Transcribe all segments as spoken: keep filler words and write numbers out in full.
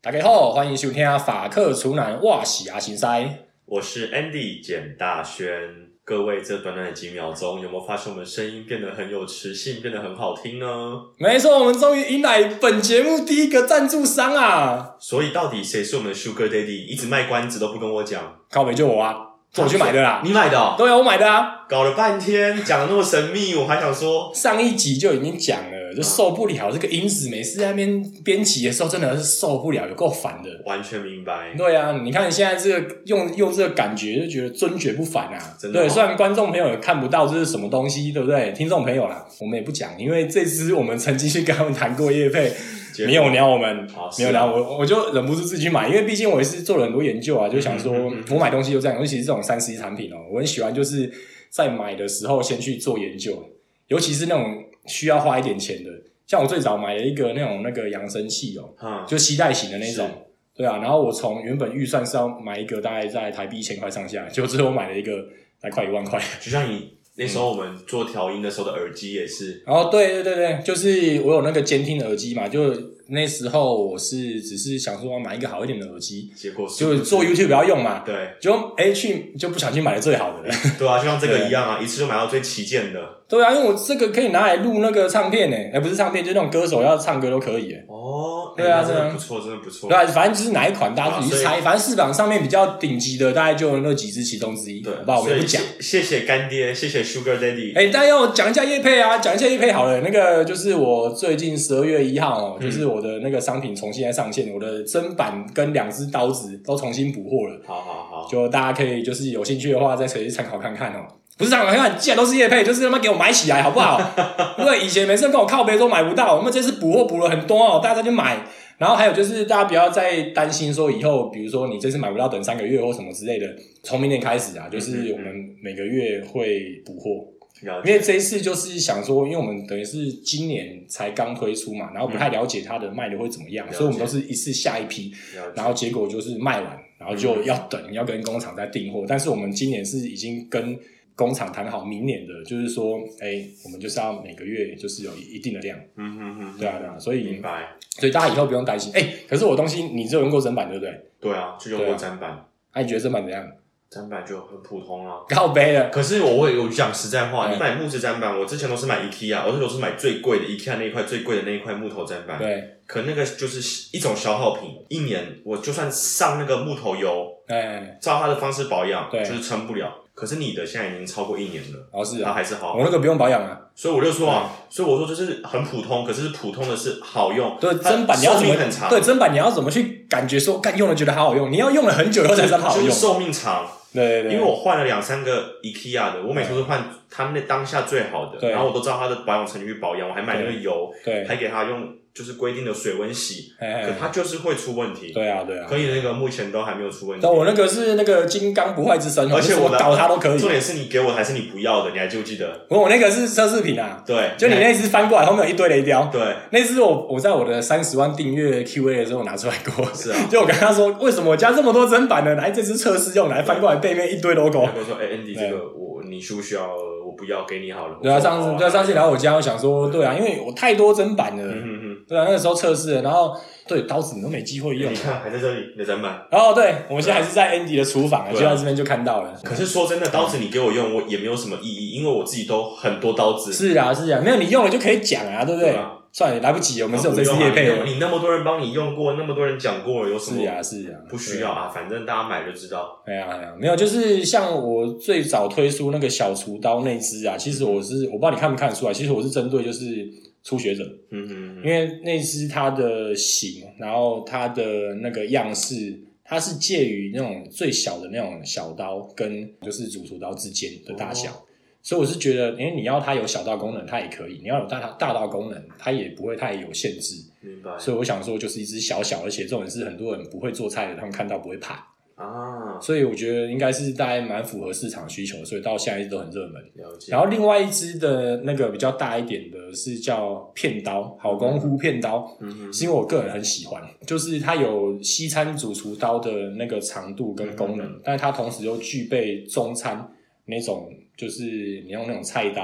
大家好，欢迎收听法克厨男，我是阿行塞， 我是 Andy 简大轩。各位，这短短的几秒钟，有没有发现我们声音变得很有磁性，变得很好听呢？ 没错，我们终于迎来本节目第一个赞助商啊！ 所以到底谁是我们的 Sugar Daddy？ 一直卖关子都不跟我讲， 靠北就我啊，是我去买的啦。 你买的哦？ 对啊，我买的啊。 搞了半天，讲得那么神秘，我还想说上一集就已经讲了，就受不了、嗯、这个音质，每次在那边编辑的时候真的是受不了，有够烦的。完全明白。 对啊，你看现在这个用用这个感觉，就觉得尊爵不凡啊。 真的、哦。 对，虽然观众朋友也看不到这是什么东西，对不对？听众朋友啦，我们也不讲，因为这支我们曾经去跟他们谈过业配。没有鸟我们，没有鸟我，我就忍不住自己去买，因为毕竟我也是做了很多研究啊，就想说，嗯嗯嗯我买东西就这样，尤其是这种三 C 产品哦，我很喜欢就是在买的时候先去做研究，尤其是那种需要花一点钱的，像我最早买了一个那种那个扬声器哦，嗯、就吸带型的那种，对啊，然后我从原本预算是要买一个大概在台币一千块上下，结果最后买了一个大概快一万块， 就像你。那时候我们做调音的时候的耳机也是， 哦，对对对对，就是我有那个监听耳机嘛，就那时候我是只是想说买一个好一点的耳机， 结果就做 YouTube 不要用嘛， 对， 就哎去就不小心买了最好的了， 对啊，就像这个一样啊，一次就买到最旗舰的， 对啊，因为我这个可以拿来录那个唱片诶，哎不是唱片，就那种歌手要唱歌都可以诶。 哦， 对啊， 真的不错，真的不错。 对啊，反正就是哪一款大家自己去猜，反正市场上面比较顶级的，大概就那几支其中之一， 对， 好不好？我们不讲。 谢谢干爹，谢谢 Sugar Daddy。 哎，大家要讲一下业配啊，讲一下业配好了。那个就是我最近十二月一号哦，嗯、就是我的那个商品重新在上线，我的砧板跟两只刀子都重新补货了。 好好好， 就大家可以就是有兴趣的话，再可以参考看看哦。不是参考看看，既然都是业配，就是他妈给我买起来好不好？因为以前每次跟我靠北都买不到，我们这次补货补了很多哦，大家再去买。然后还有就是大家不要再担心说以后，比如说你这次买不到，等三个月或什么之类的。从明年开始啊，就是我们每个月会补货。因为这一次就是想说，因为我们等于是今年才刚推出嘛，然后不太了解它的卖的会怎么样，所以我们都是一次下一批，然后结果就是卖完，然后就要等，要跟工厂再订货。但是我们今年是已经跟工厂谈好明年的，就是说，哎，我们就是要每个月就是有一定的量。嗯哼哼，对啊对啊，所以明白， 所以大家以后不用担心。哎，可是我东西你只有用过砧板对不对？ 对啊，就用过砧板。 那、啊、你觉得砧板怎样？ 砧板就很普通啦， 靠背了。 可是我会有讲实在话，嗯、你买木质砧板，我之前都是买 IKEA， 我都是买最贵的 IKEA 那一块最贵的那一块木头砧板。 对。 可那个就是一种消耗品，一年我就算上那个木头油，哎，照它的方式保养，对，就是撑不了。可是你的现在已经超过一年了， 哦是啊， 它还是好。 我那个不用保养啊， 所以我就说啊，所以我说就是很普通，可是普通的是好用。 对，砧板你要怎么？对，砧板你要怎么去感觉说，干用了觉得好好用？你要用了很久以后才知道好用。 就是寿命长。 对对对， 因为我换了两三个 IKEA 的，我每次都是换他们那当下最好的，然后我都知道它的保养程序去保养，我还买那个油，对，还给他用就是规定的水温洗，可它就是会出问题。 对啊对啊， 可以那个目前都还没有出问题。 但我那个是那个金刚不坏之身， 而且我搞它都可以。 重点是你给我还是你不要的，你还记不记得？ 我那个是奢侈品啊， 对， 就你那只翻过来后面有一堆雷雕， 对， 那只我我在我的三十万订阅 Q A 的时候拿出来过， 是啊， 就我跟他说为什么我加这么多砧板呢？来这只测试用，来翻过来背面一堆 logo。 我说，哎、欸、，Andy， 这个我你需不需要？我不要，给你好了。 对啊，上次对啊，上次来我家，我想说，对啊，因为我太多砧板了，嗯嗯嗯，对啊，那个时候测试了，然后对刀子你都没机会用。 你看，还在这里，你的砧板。 哦，对，我们现在还是在 Andy 的厨房，就在这边就看到了。 可是说真的，刀子你给我用，我也没有什么意义，因为我自己都很多刀子。 是啊，是啊，没有你用了就可以讲啊，对不对？算了，来不及，我们是有这次业配了。 你那么多人帮你用过，那么多人讲过了，有什么？ 是啊，是啊， 不需要啊，反正大家买就知道。 哎呀哎呀，没有，就是像我最早推出那个小厨刀那支啊，其实我是我不知道你看不看得出来，其实我是针对就是初学者，嗯嗯，因为那支它的型，然后它的那个样式，它是介于那种最小的那种小刀跟就是主厨刀之间的大小。哦，所以我是觉得，因为你要它有小刀功能，它也可以；你要有大大刀功能，它也不会太有限制。 明白。所以我想说，就是一只小小，而且这种是很多人不会做菜的，他们看到不会怕啊。所以我觉得应该是大概蛮符合市场需求，所以到现在一直都很热门。 了解。 然后另外一只的那个比较大一点的是叫片刀，好功夫片刀，嗯哼，是因为我个人很喜欢，就是它有西餐主厨刀的那个长度跟功能，嗯，但是它同时又具备中餐那种。就是你用那种菜刀，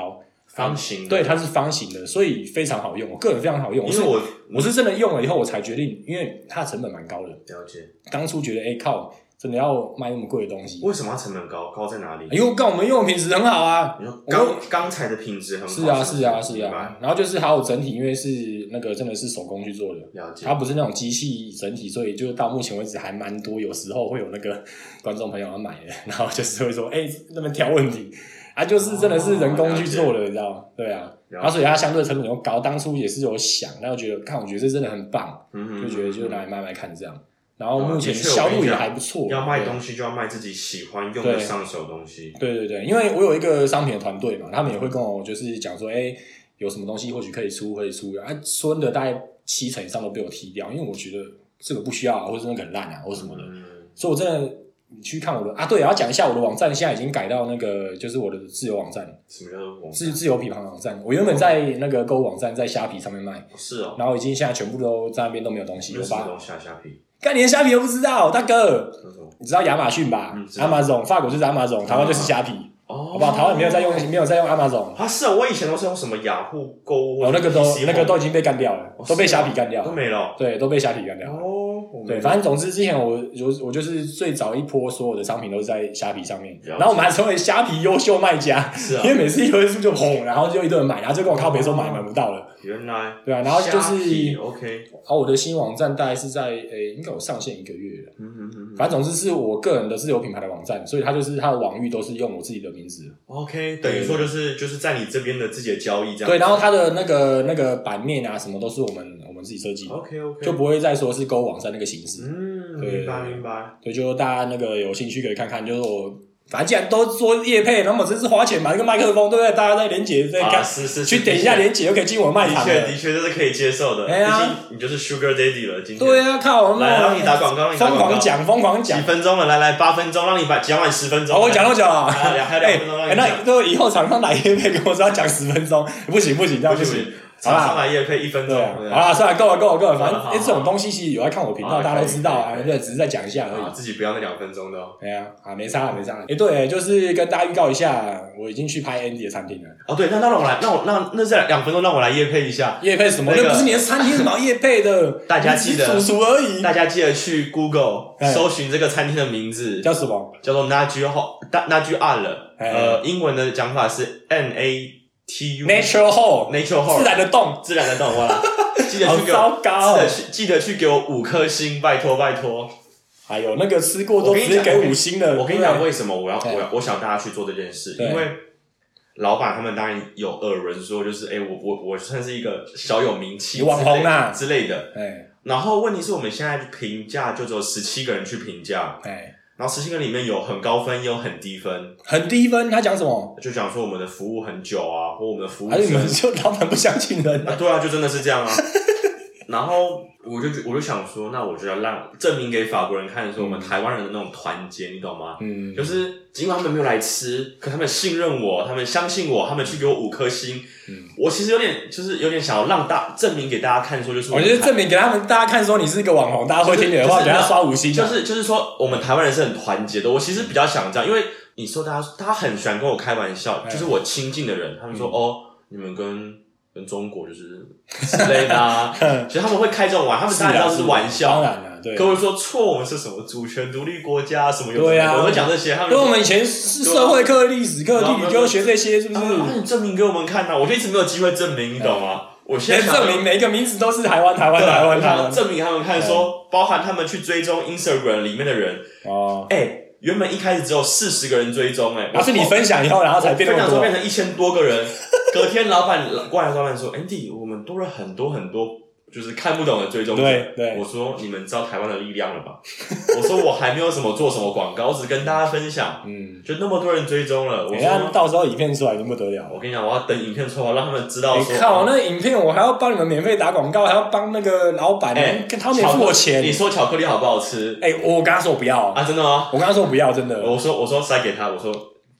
方形的， 对，它是方形的，所以非常好用，我个人非常好用。 因为我我是真的用了以后，我才决定，因为它的成本蛮高的。 了解。 当初觉得，哎、欸、靠，真的要卖那么贵的东西？ 为什么它成本高？高在哪里？ 因为干我们用的品质很好啊。 你说钢钢材的品质很好。 是啊，是啊，是啊。然后就是还有整体，因为是那个真的是手工去做的， 了解。 它不是那种机器整体，所以就到目前为止还蛮多。有时候会有那个观众朋友要买的，然后就是会说，哎、欸，那边挑问题。啊，就是真的是人工去做的，哦、你知道吗？对啊，然后所以它相对成本又高，当初也是有想，但又觉得，看我觉得这真的很棒，嗯、就觉得就拿来卖卖看这样。然后目前销路也还不错。 要卖东西就要卖自己喜欢用得上手的东西。 对对对，因为我有一个商品的团队嘛，他们也会跟我就是讲说，哎、欸，有什么东西或许可以出，可以出啊，说的大概七成以上都被我踢掉，因为我觉得这个不需要啊，或者那个很烂啊，或什么的，嗯、所以我真的。你去看我的啊，对，要讲一下我的网站，现在已经改到那个就是我的自由网站。 什么叫做网站？ 自自由品牌网站。我原本在那个购物网站，在虾皮上面卖。 是哦。 然后已经现在全部都在那边都没有东西。 有什么东西啊？虾皮？ 干，连虾皮都不知道，大哥。你知道亚马逊吧？ 嗯 ，Amazon， 法国就是 Amazon， 台湾就是虾皮。哦。好不好？台湾没有在用，没有在用 Amazon。 啊，是啊，我以前都是用什么雅虎购物。 哦，那个都那个都已经被干掉了，都被虾皮干掉了， 都没了。 对，都被虾皮干掉了。哦。对，反正总之之前我我我就是最早一波所有的商品都是在虾皮上面，然后我们还成为虾皮优秀卖家， 是啊， 因为每次一推出就轰，然后就一堆人买，然后就跟我靠北说买买不到了。 原来， 对啊，然后就是 OK， 啊，我的新网站大概是在诶、欸，应该有上线一个月了。嗯嗯嗯，反正总之是我个人的自有品牌的网站，所以它就是它的网域都是用我自己的名字。 OK， 等于说就是就是在你这边的自己的交易这样。 对，然后它的那个那个版面啊，什么都是我们我们自己设计的。 OK OK， 就不会再说是购物网站那个形式。 嗯，明白明白。 对，就大家那个有兴趣可以看看，就是我。反正既然都做业配，那么真是花钱买一个麦克风，对不对？大家在连结在看， 啊、是是是去点一下连结，就可以进我卖场。 的确，的确这是可以接受的。哎呀、啊，你就是 Sugar Daddy 了，今天。 对啊，靠！ 来，让你打广告，让你打广告。 疯狂讲，疯狂讲。 几分钟了？来来，八分钟，让你把讲完十分钟。 哦，我讲多久啊？ 还有两，还有两分钟让你讲。 欸、那都以后厂商来业配跟我说要讲十分钟，不行不行，这样不行。 厂商来业配一分钟。 好啦，算了，够了够了够了，反正哎、欸，这种东西其实有在看我频道，大家都知道啊，对，只是在讲一下而已。 自己不要那两分钟的。 对啊，啊，没差了没差了。哎、欸，对，就是跟大家预告一下，我已经去拍 Andy 的餐厅了。 哦，对，那那让我来，让我让那这两分钟让我来业配一下。 业配什么？那个、不是你的餐厅，什么业配的？ 大家记得煮熟而已。 大家记得去 Google 搜寻这个餐厅的名字， 叫什么？ 叫做 Naju Naju Hall。呃，英文的讲法是 N A T U Natural Hall Natural Hall 自然的洞， 自然的洞，哇！记得去给我， 好糟糕、 哦、记得去记得去给我五颗星，拜托拜托。 还有那个吃过都直接给五星了。 我跟你讲，为什么我要我要我想大家去做这件事？因为老板他们当然有耳闻说，就是哎、欸，我我我算是一个小有名气网红啊之类的。 哎， 然后问题是我们现在评价就只有十七个人去评价。 哎。 然后十七个里面有很高分，也有很低分。 很低分，他讲什么？ 就讲说我们的服务很久啊，或我们的服务。 还是你们就老板不相信人啊？对啊，就真的是这样啊。然后我就我就想说，那我就要让证明给法国人看，说我们台湾人的那种团结，你懂吗？嗯，就是尽管他们没有来吃，可他们信任我，他们相信我，他们去给我五颗星。嗯，我其实有点就是有点想要让大证明给大家看，说就是我觉得证明给他们大家看，说你是一个网红，大家会听你的话，给他刷五星。 就是就是说，我们台湾人是很团结的。我其实比较想这样，因为你说大家他很喜欢跟我开玩笑，就是我亲近的人，他们说哦，你们跟。跟中国就是之类的啊，其实他们会开这种玩，他们当然知道是玩笑， 当然了，对。 各位说错，我们是什么主权独立国家，什么有对啊，我们讲这些，他们因为我们以前是社会课、历史课、地理就学这些，是不是？ 啊，你证明给我们看呐，我就一直没有机会证明，你懂吗？我现在证明每一个名字都是台湾、台湾、台湾、台湾， 证明他们看说，包含他们去追踪 Instagram 里面的人哦，哎。原本一开始只有四十个人追踪，诶， 然后是你分享以后，然后才变那么多， 分享之后变成一千多个人。隔天老板过来，老板说 ：“Andy， 我们多了很多很多，就是看不懂的追踪者。” 对对， 我说：“你们知道台湾的力量了吧？”我说：“我还没有什么做什么广告，我只跟大家分享。”嗯，就那么多人追踪了，我说到时候影片出来已经不得了。 我跟你讲，我要等影片出来，让他们知道说。 你靠，那影片我还要帮你们免费打广告，还要帮那个老板，哎，他没付我钱。 你说巧克力好不好吃？ 哎，我跟他说我不要啊，真的吗？ 我跟他说我不要，真的。 我说我说塞给他，我说。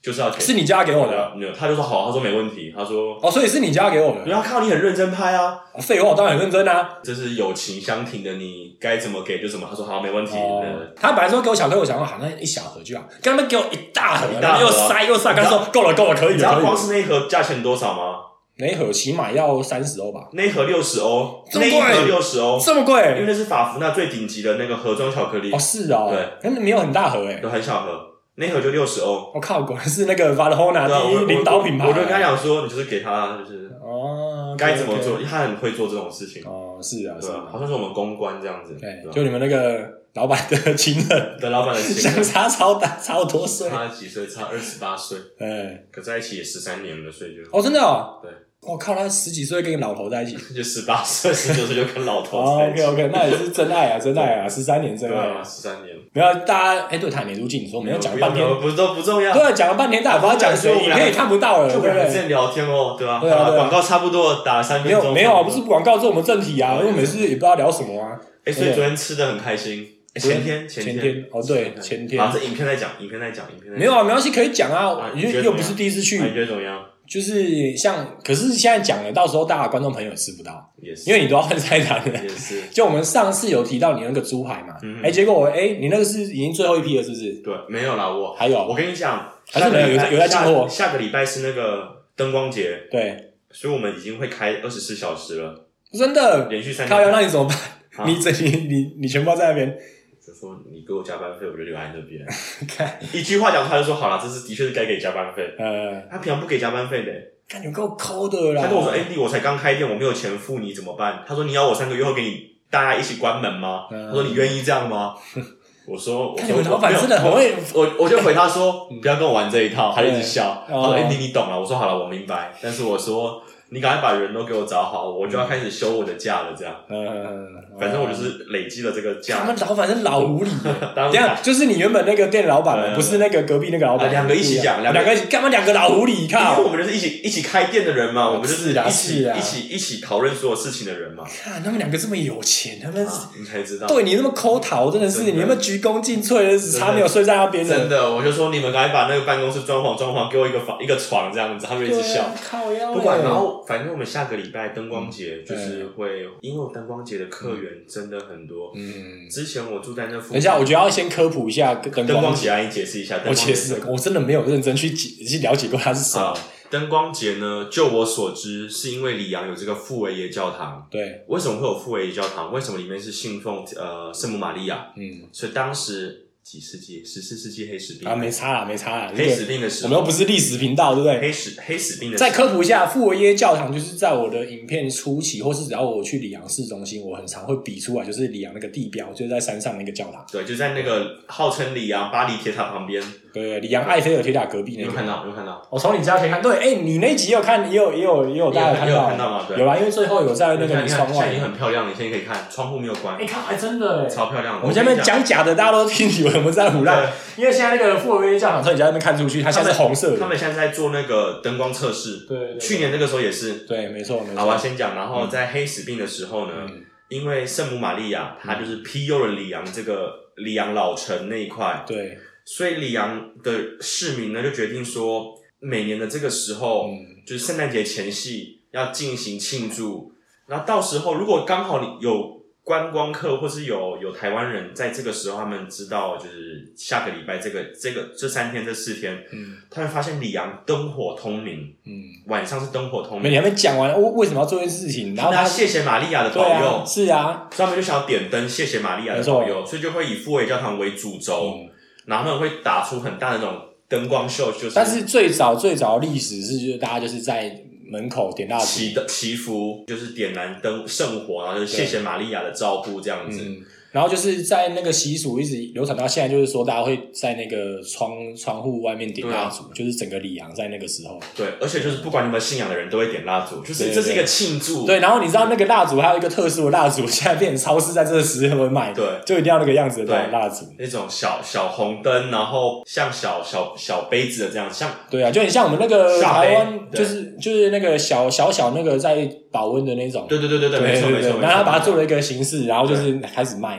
就是要给， 是你叫他给我的， 没有，他就说好，他说没问题，他说哦，所以是你叫他给我的， 因为他看到你很认真拍啊， 废话，我当然很认真啊， 这是友情相挺的，你该怎么给就怎么，他说好，没问题。 哦、他本来说给我小颗，我想说好，那一小盒就好，跟他们给我一大盒， 一大盒、啊、 又塞又塞，跟他说够了够了，可以了， 你知道光是那一盒价钱多少吗？ 那一盒起码要三十欧吧？ 那一盒六十欧，那一盒六十欧， 这么贵？ 因为那是法芙娜最顶级的那个盒装巧克力。 哦，是哦，对，没有很大盒诶， 都很小盒。那盒就六十欧， 我靠，果然是那个 Valhona 第一领导品牌。 我就跟他讲说，你就是给他，就是哦， 该怎么做，他很会做这种事情。 哦，是啊，是啊， 好像是我们公关这样子。 对，就你们那个老板的情人， 对老板的情人， 相差超大，超多岁。 差几岁？差二十八岁。 对， 可在一起也十三年了，所以就哦，真的哦。 对。 我、哦、靠，他十几岁跟个老头在一起， 就十八岁、十九岁就跟老头在一起。 哦、OK OK， 那也是真爱啊，真爱啊，十三年真爱啊， 十三年。 没有大家，哎、欸，对，他也没入镜，说我们要讲了半天， 不都不重要。 对，讲了半天，大家不知道讲谁，影片也看不到了，对不对？ 之前聊天哦，对吧？ 对啊， 广告差不多打了三分钟。 没有没有，不是广告，是我们正题啊，因为每次也不知道聊什么啊。 哎，所以昨天吃的很开心。前天前天哦，对，前天。 啊，这影片在讲，影片在讲，影片在讲。 没有啊，没关系，可以讲啊，又又不是第一次去。 你觉得怎么样？ 就是像，可是现在讲了，到时候大家观众朋友也吃不到， 也是， 因为你都要换菜单的。 也是。 就我们上次有提到你那个猪排嘛，哎、嗯欸，结果我哎、欸，你那个是已经最后一批了，是不是？ 对，没有啦，我还有， 我跟你讲， 还是没有有有在进货。 下个礼拜是那个灯光节， 对， 所以我们已经会开二十四小时了， 真的， 连续三天。 靠腰，那你怎么办？啊、你整你你你全包在那边。 就说你给我加班费，我就留在那边。一句话讲，他就说好了，这是的确是该给加班费。呃，他平常不给加班费的、欸。 感觉够抠的啦！ 他跟我说 ：“Andy， 我才刚开店，我没有钱付你怎么办？”他说：“你要我三个月后给你大家一起关门吗？”嗯、他说：“你愿意这样吗？”我说：“我说老板真的很会。” 我我就回他说：“不要跟我玩这一套。”他一直笑。 他说 ：“Andy， 你懂了。”我说：“好了，我明白。”但是我说。你赶快把人都给我找好，我就要开始休我的假了。这样，嗯，反正我就是累积了这个假。 他们老板是老狐狸，等下就是你原本那个店老板，不是那个隔壁那个老板， 两个一起讲， 两个干嘛？两个老狐狸，靠！ 因为我们就是一起一起开店的人嘛，我们就是一起一起一起讨论所有事情的人嘛。 看他们两个这么有钱，他们你才知道， 对你那么抠讨，真的是你那么鞠躬尽瘁，只差没有睡在那边。 真的，我就说你们赶快把那个办公室装潢装潢，给我一个房一个床这样子，他们一直笑。 靠腰， 不管，然后反正我们下个礼拜灯光节就是会，因为灯光节的客源真的很多。嗯，之前我住在那附近。 等一下，我觉得要先科普一下灯光节，来你解释一下。 我解释，我真的没有认真去解去了解过它是什么。 灯光节呢，就我所知，是因为里昂有这个傅维耶教堂。 对， 为什么会有傅维耶教堂？为什么里面是信奉呃圣母玛利亚？嗯，所以当时。几世纪？十四世纪黑死病啊，没差啦，没差啦。 黑死病的时候， 我们又不是历史频道，对不对？ 黑死黑死病的时候。 再科普一下，傅维耶教堂就是在我的影片初期，或是只要我去里昂市中心，我很常会比出来，就是里昂那个地标，就是在山上那个教堂。 对，就在那个号称里昂巴黎铁塔旁边。 对，里昂埃菲尔铁塔隔壁那个。 有看到，有看到。 我从你家可以看，对，哎、欸，你那集也有看，也有也有也有大家看到， 有看到吗？对， 有啦，因为最后有在那个窗外， 现在已经很漂亮了，你现在可以看，窗户没有关。 哎、欸，看，还真的哎， 超漂亮的。 我们这边讲假的，大家都听以为我们在胡乱。因为现在那个傅维耶教堂，从你家那边看出去，它现在是红色的。 他们现在在做那个灯光测试。 对, 对, 对。 去年那个时候也是。 对，没错没错。 好，我要先讲，然后在黑死病的时候呢，嗯、因为圣母玛利亚她就是庇佑了里昂这个里昂老城那一块。 对。 所以里昂的市民呢就决定说，每年的这个时候，嗯、就是圣诞节前夕要进行庆祝。然后到时候如果刚好你有。观光客或是有有台湾人在这个时候，他们知道就是下个礼拜这个这个这三天这四天，嗯，他们发现里昂灯火通明，嗯，晚上是灯火通明。 你还没讲完，为为什么要做这件事情？然后他谢谢玛利亚的保佑， 啊是啊， 所以他们就想要点灯，谢谢玛利亚的保佑，所以就会以傅维教堂为主轴，嗯、然后他们会打出很大的那种灯光秀，就是。 但是最早最早的历史是，就是大家就是在。门口点蜡烛， 祈祈福，就是点燃灯圣火，然后就是谢谢玛利亚的招呼这样子。 嗯，然后就是在那个习俗一直流传到现在，就是说大家会在那个窗窗户外面点蜡烛，啊、就是整个里昂在那个时候。 对，而且就是不管你们信仰的人都会点蜡烛，就是这是一个庆祝。 对，然后你知道那个蜡烛还有一个特殊的蜡烛，现在变成超市在这个时间会卖， 对， 就一定要那个样子的那种蜡烛， 那种小小红灯，然后像小小小杯子的这样，像对啊，就很像我们那个台湾，就是就是那个小小小那个在保温的那种。 对对对对对，没错没错。 然后他把它做了一个形式，然后就是开始卖。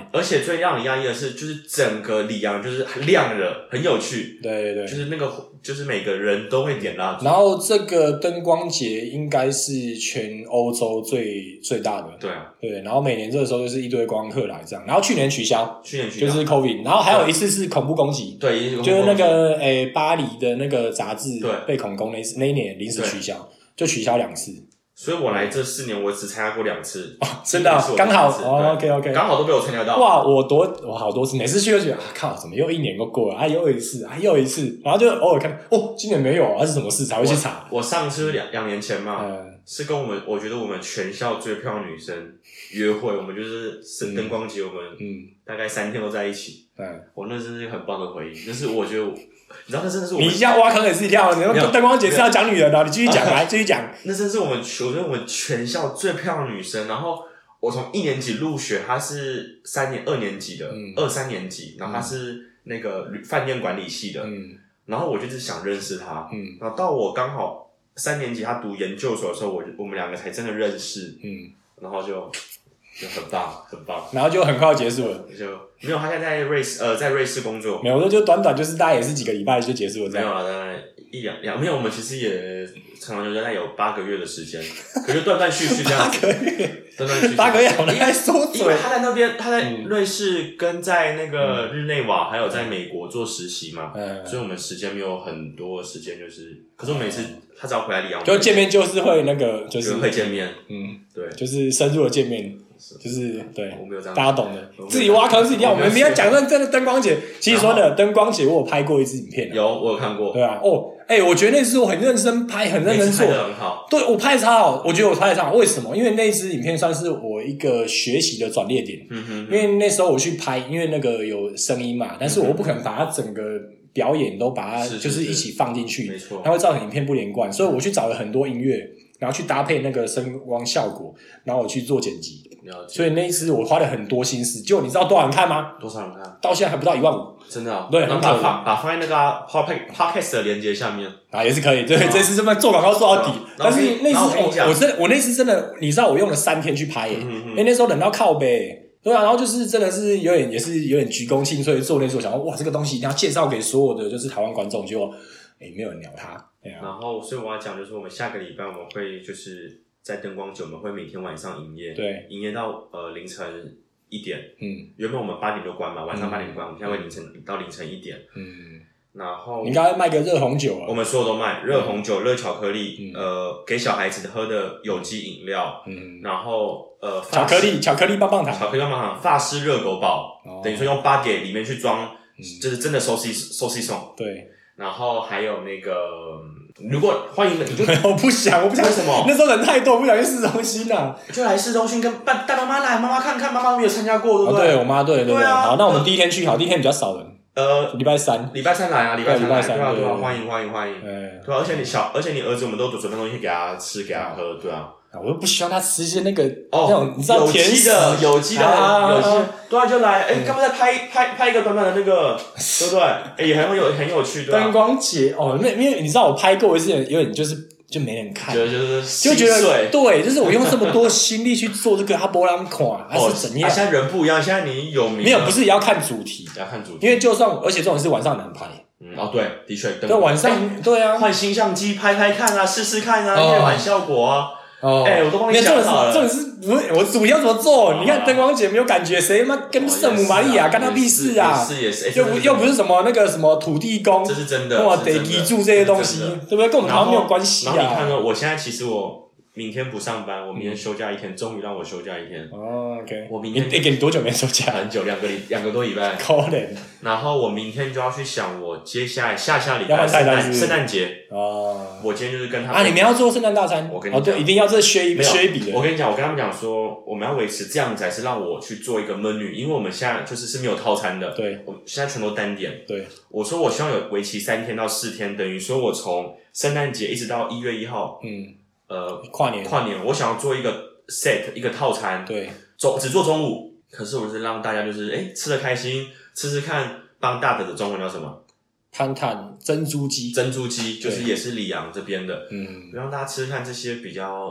而且最让人压抑的是，就是整个里昂就是亮的，很有趣。 对对对， 就是那个，就是每个人都会点蜡烛。 然后这个灯光节应该是全欧洲最最大的。 对啊， 对，然后每年这个时候就是一堆观光客来这样，然后去年取消， 去年取消就是 COVID， 然后还有一次是恐怖攻击， 对， 就是那个诶巴黎的那个杂志对被恐攻那那一年临时取消，就取消两次。 所以我来这四年，我只参加过两次， 哦、真的刚、啊、好哦 ，OK OK， 刚好都被我参加到。 哇，我多我好多次，每次去就觉得啊，靠，怎么又一年都过了啊，又一次啊，又一次，然后就偶尔看，哦，今年没有啊，是什么事才会去查？ 我, 我上次两两年前嘛、 嗯， 是跟我们，我觉得我们全校最漂亮的女生约会，我们就是是灯光节，我们嗯大概三天都在一起。嗯，我那真是很棒的回忆，就是我觉得我。你知道那真的是我们， 你一下挖坑也是一跳，你说灯光节是要讲女人的，你继续讲来，继续讲。 那真是我们，我觉得我们全校最漂亮的女生。然后我从一年级入学，她是三年二年级的，嗯、二三年级，然后她是那个饭店管理系的，嗯，然后我就是想认识她，嗯，然后到我刚好三年级，她读研究所的时候，我我们两个才真的认识，嗯，然后就。就很棒，很棒， 然后就很快结束了。 就没有，他现在在瑞士，呃，在瑞士工作。 没有，我说就短短就是大概也是几个礼拜就结束了。 没有啊，大概一两两，没有，我们其实也常常就大概有八个月的时间，可是断断续续这样子。八个月，断断续续。 八个月好难在说嘴。 因为他在那边，他在瑞士跟在那个日内瓦，还有在美国做实习嘛，嗯，所以我们时间没有很多时间，就是，可是我每次他只要回来里昂， 就见面就是会那个，就是会见面， 嗯， 对， 就是深入的见面。就是对， 我没有这样， 大家懂的，自己挖坑自己跳。我们没有讲认真的灯光节，其实说的灯光节，我有拍过一支影片， 有我有看过， 对啊，哦，哎、欸，我觉得那支我很认真拍，很认真做， 拍得很好， 对我拍得超好，我觉得我拍得超好，为什么？因为那支影片算是我一个学习的转捩点，嗯哼，因为那时候我去拍，因为那个有声音嘛，但是我不可能把它整个表演都把它就是一起放进去， 没错， 它会造成影片不连贯，所以我去找了很多音乐。然后去搭配那个声光效果，然后我去做剪辑，所以那一支我花了很多心思。结果你知道多少人看吗？ 多少人看？ 到现在还不到一万五， 真的、哦？ 对， 然后把放把放在那个 podcast 的连接下面啊，也是可以。对，这次这么做广告做到底。但是那次我我真的我那次真的，你知道我用了三天去拍耶，因为、嗯欸、那时候冷到靠北。对啊，然后就是真的是有点也是有点鞠躬尽瘁，做那时候想说哇，这个东西一定要介绍给所有的就是台湾观众，结果诶没有人鸟他。啊、 然后，所以我要讲就是我们下个礼拜我们会就是在灯光节，我们会每天晚上营业， 对， 营业到呃凌晨一点。嗯，原本我们八点就关嘛，晚上八点关，嗯、我们现在会凌晨到凌晨一点。嗯，然后你应该卖个热红酒啊， 我们所有都卖热红酒、热巧克力，嗯、呃，给小孩子喝的有机饮料，嗯，然后呃， 巧克力巧克力棒棒糖， 巧克力棒棒糖，法式热狗堡，哦、等于说用巴给里面去装，嗯、就是真的 sauce sauce 送， 对。 然后还有那个，如果欢迎你就我不想，我不想为什么？ 那时候人太多，我不想去市中心啊。 就来市中心跟带带妈妈来，妈妈看看，妈妈没有参加过，对不对？ 哦、对我妈，对对对。对啊、好，那我们第一天去，好，第一天比较少人。 呃， 礼拜三， 礼拜三来啊，礼拜三来， 对啊，对啊，欢迎欢迎欢迎，对啊，而且你小，而且你儿子，我们都准备东西给他吃，给他喝，对啊。 我又不希望他吃一些那个哦， 那种你知道有机的、有机的、 啊、 有机的，对啊，就来，哎，干嘛在拍拍拍一个短短的那个，对不对？哎，也很有很有趣，对吧？ 灯光节哦，那因为你知道我拍过一次，有点就是就没人看， 觉得就是就觉得对，就是我用这么多心力去做这个，他不让看，还是怎样？ 现在人不一样，现在你有名没有？不是也要看主题， 要看主题， 因为就算而且这种是晚上难拍。 嗯哦，对，的确， 对晚上对啊， 换新相机拍拍看啊，试试看啊，夜晚效果啊。 哦， 哎、欸，我都帮你想好了。 这种是不是我主题要怎么做？你看灯光节没有感觉，谁他妈跟圣母玛利亚干他屁事啊？ 也是也是，欸、 又不又不是什么那个什么土地公， 这是真的， 哇，得记住这些东西，对不对？跟我们台湾没有关系啊。 然后你看呢，我现在其实我明天不上班，我明天休假一天，终于让我休假一天。 哦 ，OK， 我明天你给你多久没休假？ 很久，两个礼两个多礼拜。 可怜。 然后我明天就要去想我接下来下下礼拜圣诞圣诞节哦。我今天就是跟他们啊，你们要做圣诞大餐？ 我跟你讲， 哦，对，一定要这削一削一笔的。 我跟你讲，我跟他们讲说，我们要维持这样子，才是让我去做一个 menu， 因为我们现在就是是没有套餐的。 对， 我现在全都单点。 对， 我说我希望有为期三天到四天，等于说我从圣诞节一直到一月一号，嗯，呃， 跨年跨年，我想要做一个 set 一个套餐， 对， 中只做中午，可是我是让大家就是哎吃得开心，吃吃看，邦大的中文叫什么？ 探探珍珠鸡， 珍珠鸡就是也是里昂这边的，嗯，让大家吃吃看这些比较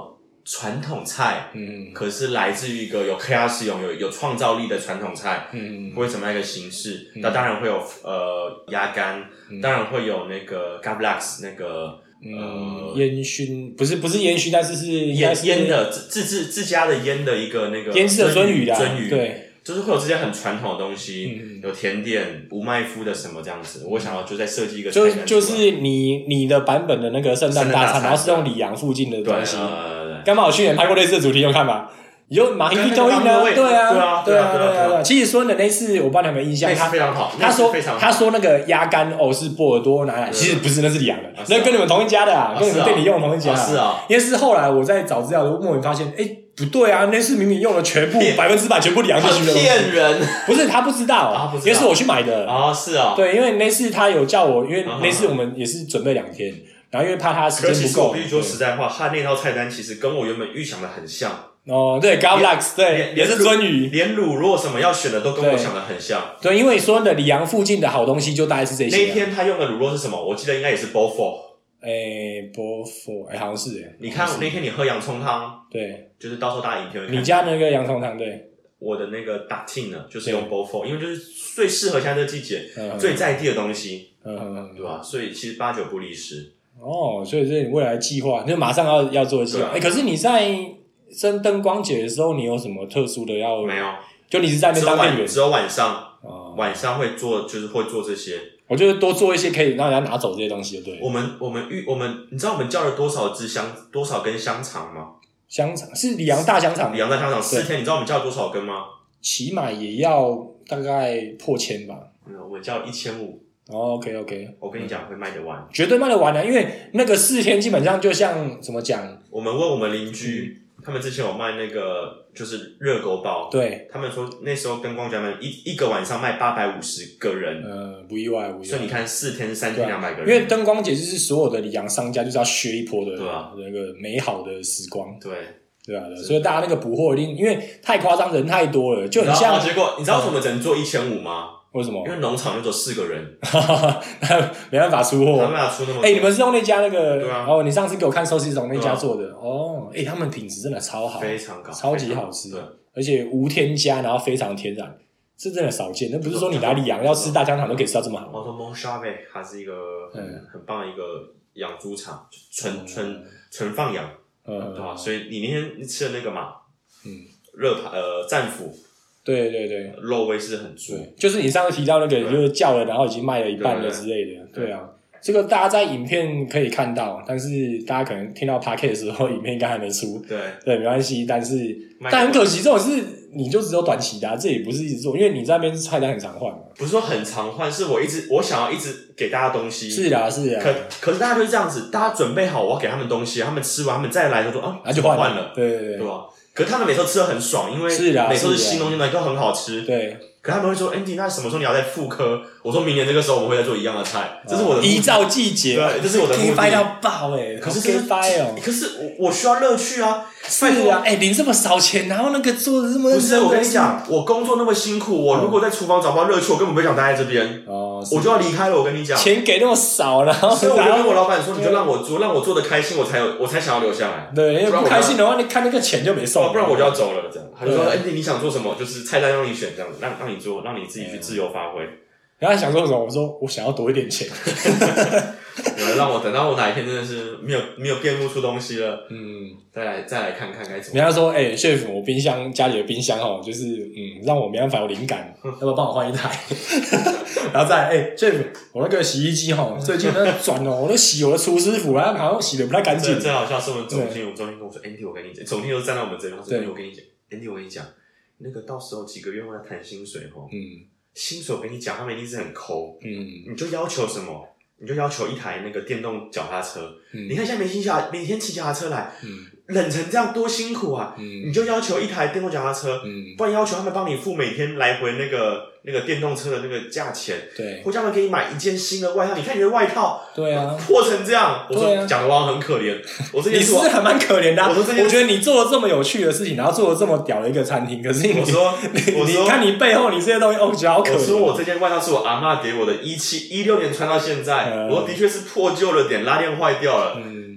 传统菜， 嗯， 可是来自于一个有 creation 有有创造力的传统菜， 嗯， 会怎么样一个形式？那、嗯、当然会有呃鸭肝、嗯，当然会有那个 gavlax 那个呃烟熏，不是不是烟熏，但是是腌腌的自自自家的腌的一个那个腌制的鳟鱼啦， 鳟鱼对。 就是会有这些很传统的东西，嗯、有甜点、无麦麸的什么这样子。我想要就再设计一个菜单， 就就是你你的版本的那个圣诞大餐，然后是用里昂附近的东西。刚好我去年拍过类似的主题，有看吧？有马英九印的，对啊，对啊，对啊，对啊。其实说的那次，我不知道你有没有印象， 他非常好。 他说他说那个鸭肝哦是波尔多拿来，其实不是，那是里昂的，那跟你们同一家的啊，跟你们店里用的同一家。 是啊， 因为是后来我在找资料的时候，莫名发现，哎。不对啊，那次明明用了全部百分之百全部里昂地区的， 骗人！ 不是他不知道，啊、因为是我去买的啊，是啊， 对，因为那次他有叫我，因为那次我们也是准备两天，然后因为怕他时间不够， 我必须说实在话，他那套菜单其实跟我原本预想的很像哦，对 ，gavlax 对，也是鳟鱼， 连卤肉什么要选的都跟我想的很像， 对，因为说的里昂附近的好东西就大概是这些、啊。 那一天他用的卤肉是什么？我记得应该也是 Beaufort。 诶 ，Beaufort， 诶，好像是诶。 你看那天你喝洋葱汤， 对， 就是到时候大家影片会看。 你家那个洋葱汤，对。 我的那个 Dartine 呢，就是用 Beaufort， 因为就是最适合现在这个季节、嗯、最在地的东西，嗯嗯，对吧？所以其实八九不离十。哦， 所以这是你未来计划，就马上要要做的计划。诶、啊欸，可是你在升灯光节的时候，你有什么特殊的要？ 没有， 就你是在那边当店员， 只有晚上，哦、晚上会做，就是会做这些。 我觉得多做一些可以让人家拿走这些东西，对。 我们我们预我们，你知道我们叫了多少只香多少根香肠吗？ 香肠是里昂大香肠， 里昂大香肠四天，你知道我们叫了多少根吗？ 起码也要大概破千吧。 嗯，我们叫一千五。 哦 ，OK OK， 我跟你讲、嗯、会卖得完， 绝对卖得完的、啊，因为那个四天基本上就像怎么讲？ 我们问我们邻居。嗯，他们之前有卖那个就是热狗包， 对， 他们说那时候灯光节们一一个晚上卖八百五十个人， 呃，不意外，不意外。 所以你看四天三天两百个人， 因为灯光节就是所有的里昂商家就是要削一波的， 对啊， 那个美好的时光， 对， 对啊，所以大家那个补货一定因为太夸张，人太多了，就很像。 结果你知道我们只能做一千五吗？ 为什么？ 因为农场就只有四个人， 没办法出货， 没办法出那么多。 哎、欸，你们是用那家那个？ 对啊。 哦，你上次给我看寿司总那家做的，啊、哦，哎、欸，他们品质真的超好， 非常高， 超级好吃，而且无添加，然后非常天然，是真的少见。那不是说你来里昂要吃大香肠都可以吃到这么好。 我说 Monchave 它是一个很、嗯、很棒的一个养猪场，纯纯纯放养，嗯，对吧？所以你那天吃的那个嘛，嗯，热呃战斧。 对对对， 肉味是很足， 就是你上次提到那个，就是叫了，然后已经卖了一半了之类的，对, 对, 对啊，这个大家在影片可以看到，但是大家可能听到 podcast 的时候，影片应该还没出， 对对，没关系，但是但很可惜，这种事你就只有短期的、啊，这也不是一直做，因为你在那边菜单很常换嘛， 不是说很常换，是我一直我想要一直给大家东西， 是啊是啊， 可可是大家就是这样子，大家准备好我要给他们东西，他们吃完，他们再来就说啊， 啊就换了， 了，对对对， 对吧？可是他们每次都吃得很爽，因为每次都是新东西，每个都很好吃。 对， 可他们会说 ：“Andy， 那什么时候你要再复刻？”我说明年这个时候我们会再做一样的菜，这是我的依照季节， 对，这是我的目的。 可以掰到爆哎！ 可是可以掰哦， 可是我我需要乐趣啊！ 是啊，哎，领这么少钱，然后那个做的这么…… 不是，我跟你讲，我工作那么辛苦，我如果在厨房找不到乐趣，我根本不会想待在这边。哦，我就要离开了。我跟你讲， 钱给那么少，然后所以我就跟我老板说，你就让我做，让我做的开心，我才有，我才想要留下来。 对，因为不开心的话，你看那个钱就没收， 不然我就要走了。这样，他就说：“哎，你想做什么？就是菜单让你选，这样子，让让你做，让你自己去自由发挥。” 然后他想说什么？我说我想要多一点钱。 有让我等到我哪一天真的是没有没有变不出东西了，嗯，再来再来看看该怎么。 人家说，哎、欸、，chef， 我冰箱家里的冰箱哦，就是嗯，让我没办法有灵感，要不要帮我换一台？然后再来，哎、欸、，chef， 我那个洗衣机哈，最近在转哦，我都洗我的厨师服，然后好像洗的不太干净。 最好笑是我们总经理，我们总经理跟我说 ，Andy， 我跟你讲，总经理都站在我们这边，他说 ，Andy， 我跟你讲 ，Andy， 我跟你讲，那个到时候几个月后要谈薪水哈，嗯。薪水我跟你讲，他们一定是很抠，嗯，你就要求什么？你就要求一台那个电动脚踏车，嗯，你看现在每天骑每天骑脚踏车来，嗯，冷成这样多辛苦啊，嗯，你就要求一台电动脚踏车，嗯，不然要求他们帮你付每天来回那个那个电动车的那个价钱，对，或者他们给你买一件新的外套，你看你的外套，对啊，破成这样，我说讲的我很可怜，我这件事你是还蛮可怜的、啊， 我说这件我觉得你做了这么有趣的事情，然后做了这么屌的一个餐厅，可是你我说我说你看你背后你这些东西，哦，觉得好可怜。 我说我这件外套是我阿嬷给我的，一七一六年穿到现在，嗯、我的确是破旧了点，拉链坏掉了。嗯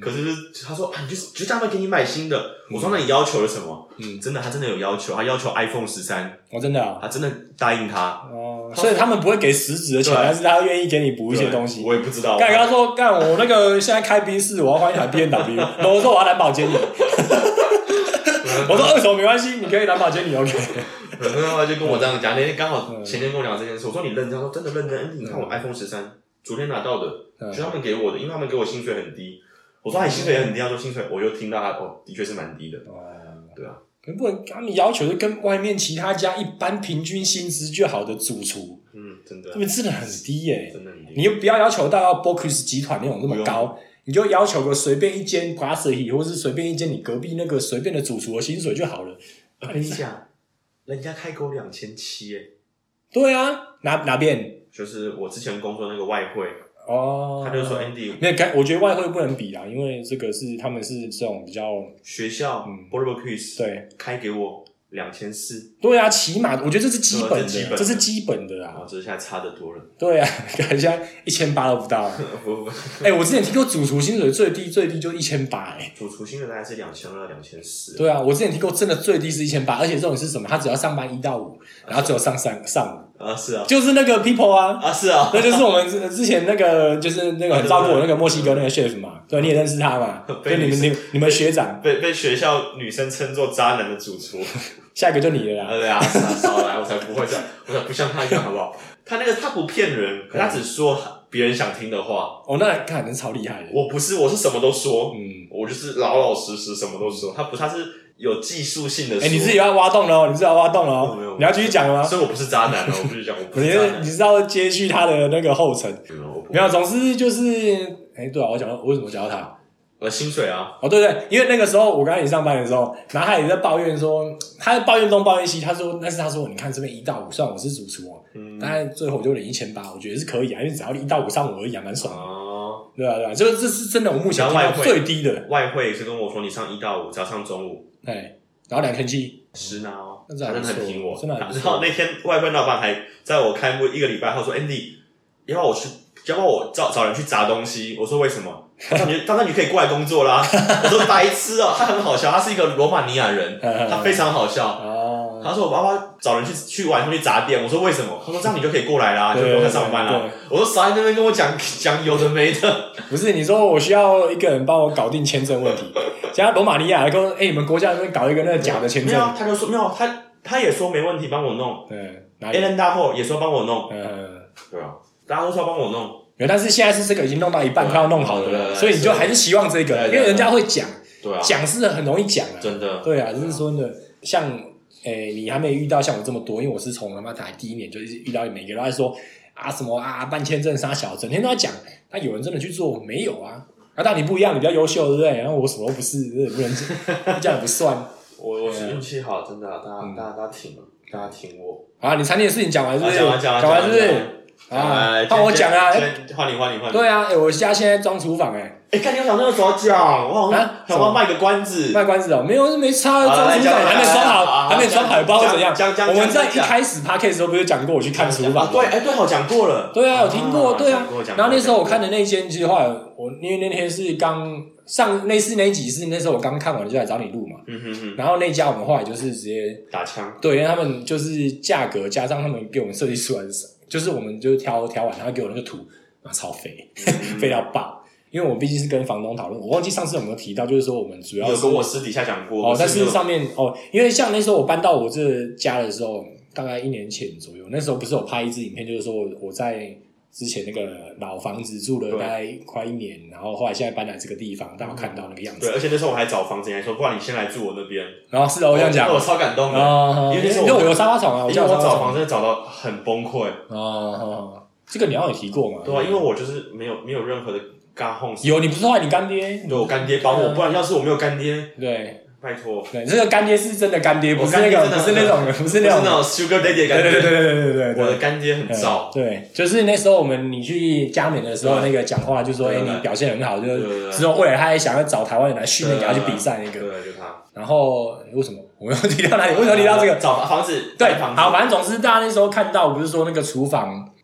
可是他说啊，你就就叫他们给你买新的。我说那你要求了什么？嗯，真的，他真的有要求，他要求 iPhone 十三。 哦，真的啊， 他真的答应他。 哦，所以他们不会给实质的钱，但是他愿意给你补一些东西。 我也不知道。 干，他说干，我那个现在开宾士，我要换一台 B M W， 然后我说我要蓝宝坚尼。我说二手没关系，你可以蓝宝坚尼 OK。 然后他就跟我这样讲，那天刚好前天跟我讲这件事，我说你认真，他说真的认真。你看我 iPhone 十三，昨天拿到的，就他们给我的，因为他们给我薪水很低。我说你薪水也很低，他说薪水，我又听到他哦，的确是蛮低的。哦，对啊， 可不能他们要求是跟外面其他家一般平均薪资就好的主厨， 嗯，真的， 这边真的很低耶、欸， 真的很低。 你又不要要求到要 Bocuse 集团那种那么高。你就要求个随便一间 brasserie 或是随便一间你隔壁那个随便的主厨的薪水就好了。 我跟你讲，人家开给我两千七耶。 对啊，哪哪边？ 就是我之前工作那个外汇哦， 他就说 Andy， 没有，我觉得外汇不能比啦，因为这个是他们是这种比较学校 Bocuse 对开给我两千四。 对啊，起码我觉得这是基本的， 基本的这是基本的啊。 哦，只是现在差得多了。 对啊，现在一千八都不到。 不不， 哎、欸，我之前听过主厨薪水最低最低就一千八，哎， 主厨薪水大概是两千二、两千四。 对啊，我之前听过真的最低是一千八，而且这种是什么？他只要上班一到五，然后只有上上上午。 啊，是啊， 就是那个 people 啊， 啊是啊， 那就是我们之前那个，就是那个很照顾我那个墨西哥那个 chef 嘛，对，你也认识他嘛？就你们你你们学长被被学校女生称作渣男的主厨， 下一个就你了啦。 对啊，少来，我才不会这样，我才不像他一样，好不好？他那个他不骗人，可他只说别人想听的话。 哦，那看人超厉害的。 我不是，我是什么都说， 嗯， 我就是老老实实什么都说。他不，他是有技术性的说。 哎、欸，你自己要挖洞了哦，你自己要挖洞了哦。 没有， 你要继续讲吗？ 所以我不是渣男哦，我必须讲，我不是渣男。 你你知道接续他的那个后尘？没有，总之就是，哎、欸，对啊，我讲到我为什么讲到他？ 我的薪水啊， 哦，对对，因为那个时候我刚开始上班的时候，然后他也在抱怨说，他在抱怨东抱怨西，他说，但是他说，你看这边一到五，虽然我是主厨哦，嗯，大概最后我就领一千八，我觉得是可以啊，因为只要一到五上午而已啊，蛮爽的。哦，对啊对啊，这这是真的，我目前听到最低的。 外汇是跟我说，你上一到五，只要上中午， 哎，然后两千七， 实拿哦， 他真的很挺我， 真的很。 然后那天外汇老板还在我开幕一个礼拜后说 ，Andy， 要不要我去，要不要我找找人去砸东西？我说为什么？他说你，他说你可以过来工作啦。我说白痴哦，他很好笑，他是一个罗马尼亚人，他非常好笑。哦，他说我爸爸找人去去晚上去砸店，我说为什么？他说这样你就可以过来啦，就不用再上班啦。我说少在那边跟我讲讲有的没的。 不是，你说我需要一个人帮我搞定签证问题，现在罗马尼亚跟我说，哎、欸，你们国家那边搞一个那个假的签证， 没有，他就说没有，他他也说没问题，帮我弄。 对 ，Alan 大后也说帮我弄。 嗯， 对啊，大家都说帮我弄。 但是现在是这个已经弄到一半，快要弄好了，所以你就还是希望这个，因为人家会讲，讲是很容易讲啊， 真的， 对啊，就是说呢，像诶，你还没遇到像我这么多，因为我是从他妈台第一年就遇到每个人都在说啊什么啊办签证杀小，整天都在讲，那有人真的去做没有啊？啊，但你不一样，你比较优秀，对不对？然后我什么都不是，这也不能这样也不算。 我我是运气好，真的，大家大家大家挺大家挺我。 啊，你餐厅的事情讲完是不是？ 讲完讲完讲完是不是？啊，换我讲啊！ 换你换你换你。 对啊，哎、欸，我家现在装厨房哎、欸。 哎、欸，看你有想那个时候讲，我好像想要卖个关子， 卖关子哦，没有是没差，装厨房还没装好，还没装好，也不知道怎样。我们在一开始 podcast 的时候不是讲过我去看厨房？ 对，哎，对，好讲过了。 对啊，有听过，对啊。然后那时候我看的那间，其实后来我因为那天是刚上那次那一集是那时候我刚看完就来找你录嘛，嗯哼哼。然后那家我们后来就是直接打枪， 对，因为他们就是价格加上他们给我们设计出来的。就是我们就挑挑完，他给我那个图啊，超肥，嗯、肥到爆。因为我毕竟是跟房东讨论，我忘记上次有没有提到，就是说我们主要是有跟我私底下讲过哦，但是上面哦，因为像那时候我搬到我这家的时候，大概一年前左右，那时候不是有拍一支影片，就是说我我在之前那个老房子住了大概快一年，然后后来现在搬来这个地方，大家看到那个样子。 对，而且那时候我还找房子，你还说不然你先来住我那边。 然后是哦，我这样讲， 我超感动的， 哦、 因为那时候因为我有沙发床啊，我因为我找房真的找到很崩溃。 哦哦，这个你好像有提过嘛？ 对啊，因为我就是没有没有任何的干哄。 有，你不是后来你干爹？ 对，我干爹帮我，不然要是我没有干爹， 对。 拜托， 对，这个干爹是真的干爹，不是那个，不是那种，不是那种 Sugar Daddy 的干爹。 对对对对对对， 我的干爹很燥。 对，就是那时候我们你去加冕的时候，那个讲话就说，哎，你表现很好，就是之后未来他也想要找台湾人来训练，给他去比赛那个。 对，就他。 然后为什么我们要提到哪里？为什么提到这个？ 找房子。 对，好，反正总之大家那时候看到，不是说那个厨房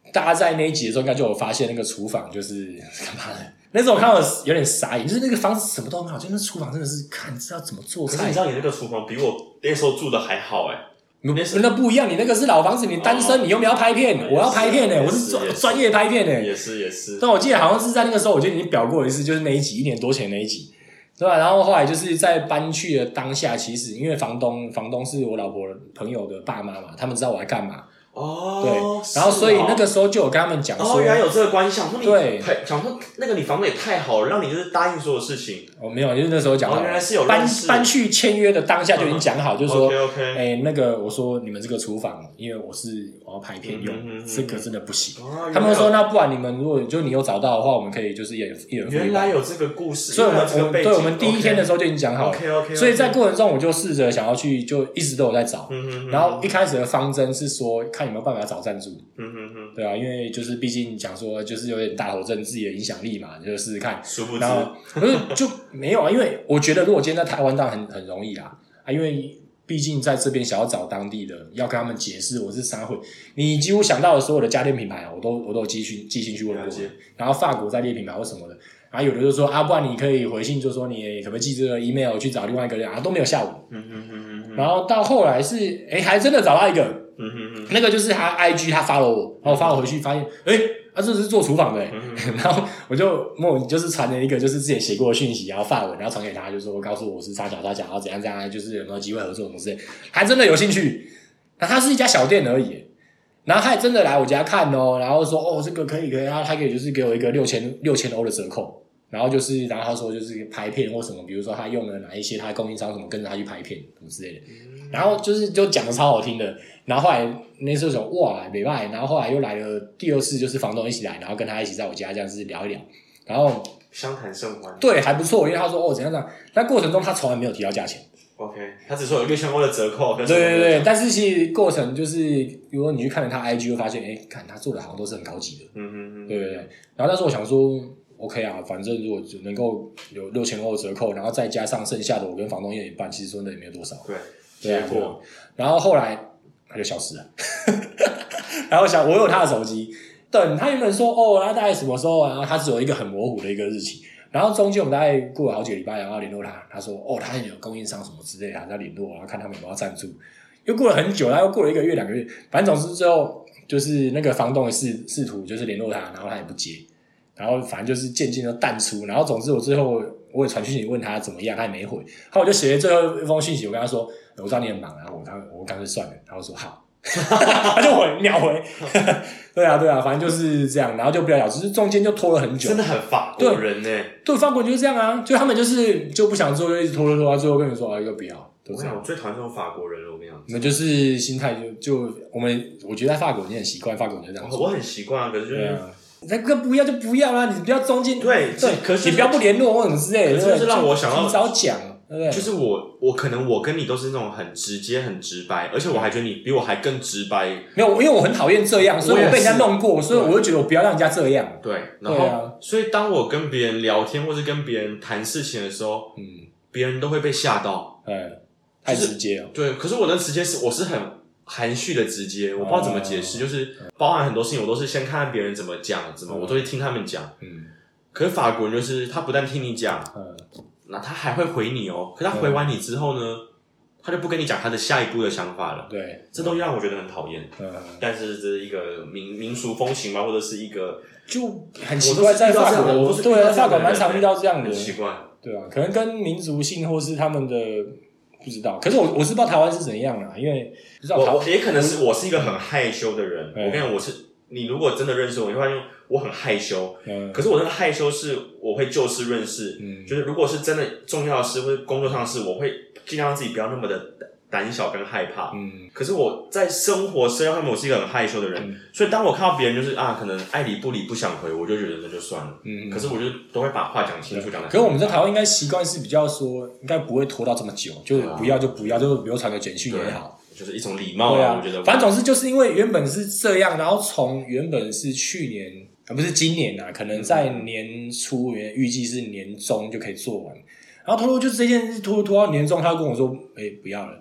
大家在那一集的时候应该就有发现那个厨房就是干嘛的。那时候我看到有点傻眼，就是那个房子什么都很好，就那厨房真的是看知道怎么做菜。 可是你知道你那个厨房比我那时候住的还好哎、 欸，那不一样，你那个是老房子，你单身，哦、你又没有拍片，我要拍片呢、欸，我是专专业拍片呢、欸， 也是也是。 但我记得好像是在那个时候，我就已经表过一次，就是那一集一年多前那一集，对吧？然后后来就是在搬去的当下，其实因为房东房东是我老婆朋友的爸妈嘛，他们知道我在干嘛。 哦， 对，然后所以那个时候就有跟他们讲说， 哦，原来有这个关系，想说你对， 想说那个你房东也太好了，让你就是答应所有事情。 哦，没有，就是那时候讲好、 哦，原来是有搬搬去签约的当下就已经讲好，嗯、就是说 ，OK OK， 哎、欸，那个我说你们这个厨房，因为我是我要拍片用，嗯嗯嗯这个真的不行。哦、他们说那不然你们如果就你有找到的话，我们可以就是一人一人分。 原来有这个故事， 所以我们我们对我们第一天的时候就已经讲好了。 OK OK， 所以在过程中我就试着想要去，就一直都有在找。嗯嗯然后一开始的方针是说，看有没有办法找赞助。 嗯哼哼， 对啊，因为就是毕竟讲说就是有点大头症自己的影响力嘛，就试试看。 殊不知， 然后可是就没有啊，因为我觉得如果今天在台湾当然很很容易啦啊，因为毕竟在这边想要找当地的，要跟他们解释我是商会，你几乎想到的所有的家电品牌啊，我都我都有寄信寄信去问过，然后法国在列品牌或什么的，然后有的就说啊，不然你可以回信就说你可不可以寄这个 email 去找另外一个人啊，都没有下文。嗯嗯嗯嗯，然后到后来是哎，还真的找到一个。嗯哼哼，那个就是他 I G 他 follow 我，然后我 follow 回去发现，哎、欸，他、啊、这是做厨房的、欸，嗯、然后我就莫就是传了一个就是之前写过的讯息，然后发文，然后传给他，就说告诉我是叉小叉小，然后怎样怎样，就是有没有机会合作什么之类，还真的有兴趣。那他是一家小店而已，然后他也真的来我家看哦，然后说哦这个可以可以，然后他可以就是给我一个六千六千欧的折扣。然后就是，然后他说就是拍片或什么，比如说他用了哪一些他的供应商什么，跟着他去拍片什么之类的。嗯、然后就是就讲的超好听的。然后后来那时候说哇没办法，然后后来又来了第二次，就是房东一起来，然后跟他一起在我家这样子聊一聊，然后相谈甚欢。对， 还不错，因为他说哦怎样怎样，但过程中他从来没有提到价钱。 OK， 他只说有六千欧的折扣。对对对，但是其实过程就是，如果你去看了他 I G 会发现，哎，看他做的好像都是很高级的。嗯嗯嗯，对对对。然后那时候我想说。OK 啊，反正如果能够有六千欧的折扣，然后再加上剩下的我跟房东一人一半，其实说那也没有多少。 对， 结果，然后后来他就消失了。然后想我有他的手机，等他原本说哦，他大概什么时候啊？然后他只有一个很模糊的一个日期。然后中间我们大概过了好几个礼拜，然后联络他，他说哦，他有供应商什么之类的，他在联络，然后看他们有没有赞助。又过了很久，然后又过了一个月、两个月，反正总之最后就是那个房东的试试图就是联络他，然后他也不接。然后反正就是渐渐的淡出，然后总之我最后我也传讯息问他怎么样，他也没回。后来我就写了最后一封讯息，我跟他说，我知道你很忙，然后我他我干脆算了，然后说好，他就回秒回，对啊对啊，反正就是这样，然后就不了了之，中间就拖了很久， 真的很法国人呢、欸， 对，法国人就是这样啊，就他们就是就不想做，就一直拖拖拖，到最后跟你说啊，一个不要。 我跟你讲，我最讨厌这种法国人了。我跟你讲， 你们就是心态就就我们，我觉得在法国你很习惯，法国人就这样做。 我很习惯，可是就是。 那个不要就不要啦，你不要中间对对， 可是你不要不联络或什么之类的， 可是让我想到提早讲，对不对？ 就是我我可能我跟你都是那种很直接、很直白，而且我还觉得你比我还更直白。 没有，因为我很讨厌这样，所以我被人家弄过，所以我就觉得我不要让人家这样。 对，然后、啊、所以当我跟别人聊天或是跟别人谈事情的时候，嗯，别人都会被吓到， 嗯，太直接了。 对，可是我的直接是我是很。含蓄的直接，我不知道怎么解释，哦、就是包含很多事情，我都是先看看别人怎么讲，怎么、嗯、我都会听他们讲。嗯，可是法国人就是他不但听你讲，嗯，那他还会回你哦。可是他回完你之后呢，嗯、他就不跟你讲他的下一步的想法了。 对， 这东西让我觉得很讨厌。嗯，但是这是一个民民俗风情嘛，或者是一个就很奇怪，在法国，对啊，法国蛮常遇到这样的， 很奇怪， 对啊，可能跟民族性或是他们的。不知道，可是我我是不知道台湾是怎样啦，因为不知道我也可能是我是一个很害羞的人。嗯、我跟你讲，我是你如果真的认识我，你会发现我很害羞。嗯，可是我那个害羞是我会就事论事，嗯，就是如果是真的重要的事或者工作上的事，我会尽量让自己不要那么的胆小跟害怕。嗯，可是我在生活生活上面，我是一个很害羞的人，嗯、所以当我看到别人就是啊，可能爱理不理不想回，我就觉得那就算了。嗯，可是我就都会把话讲清楚，讲的。 可是我们在台湾应该习惯是比较说，应该不会拖到这么久，就是不要就不要，就是比如传个简讯也好， 就是一种礼貌啊。我觉得， 反正总之就是因为原本是这样，然后从原本是去年啊，不是今年啊，可能在年初，预计是年中就可以做完，然后拖拖就是这件事拖拖到年中，他就跟我说，哎、欸，不要了。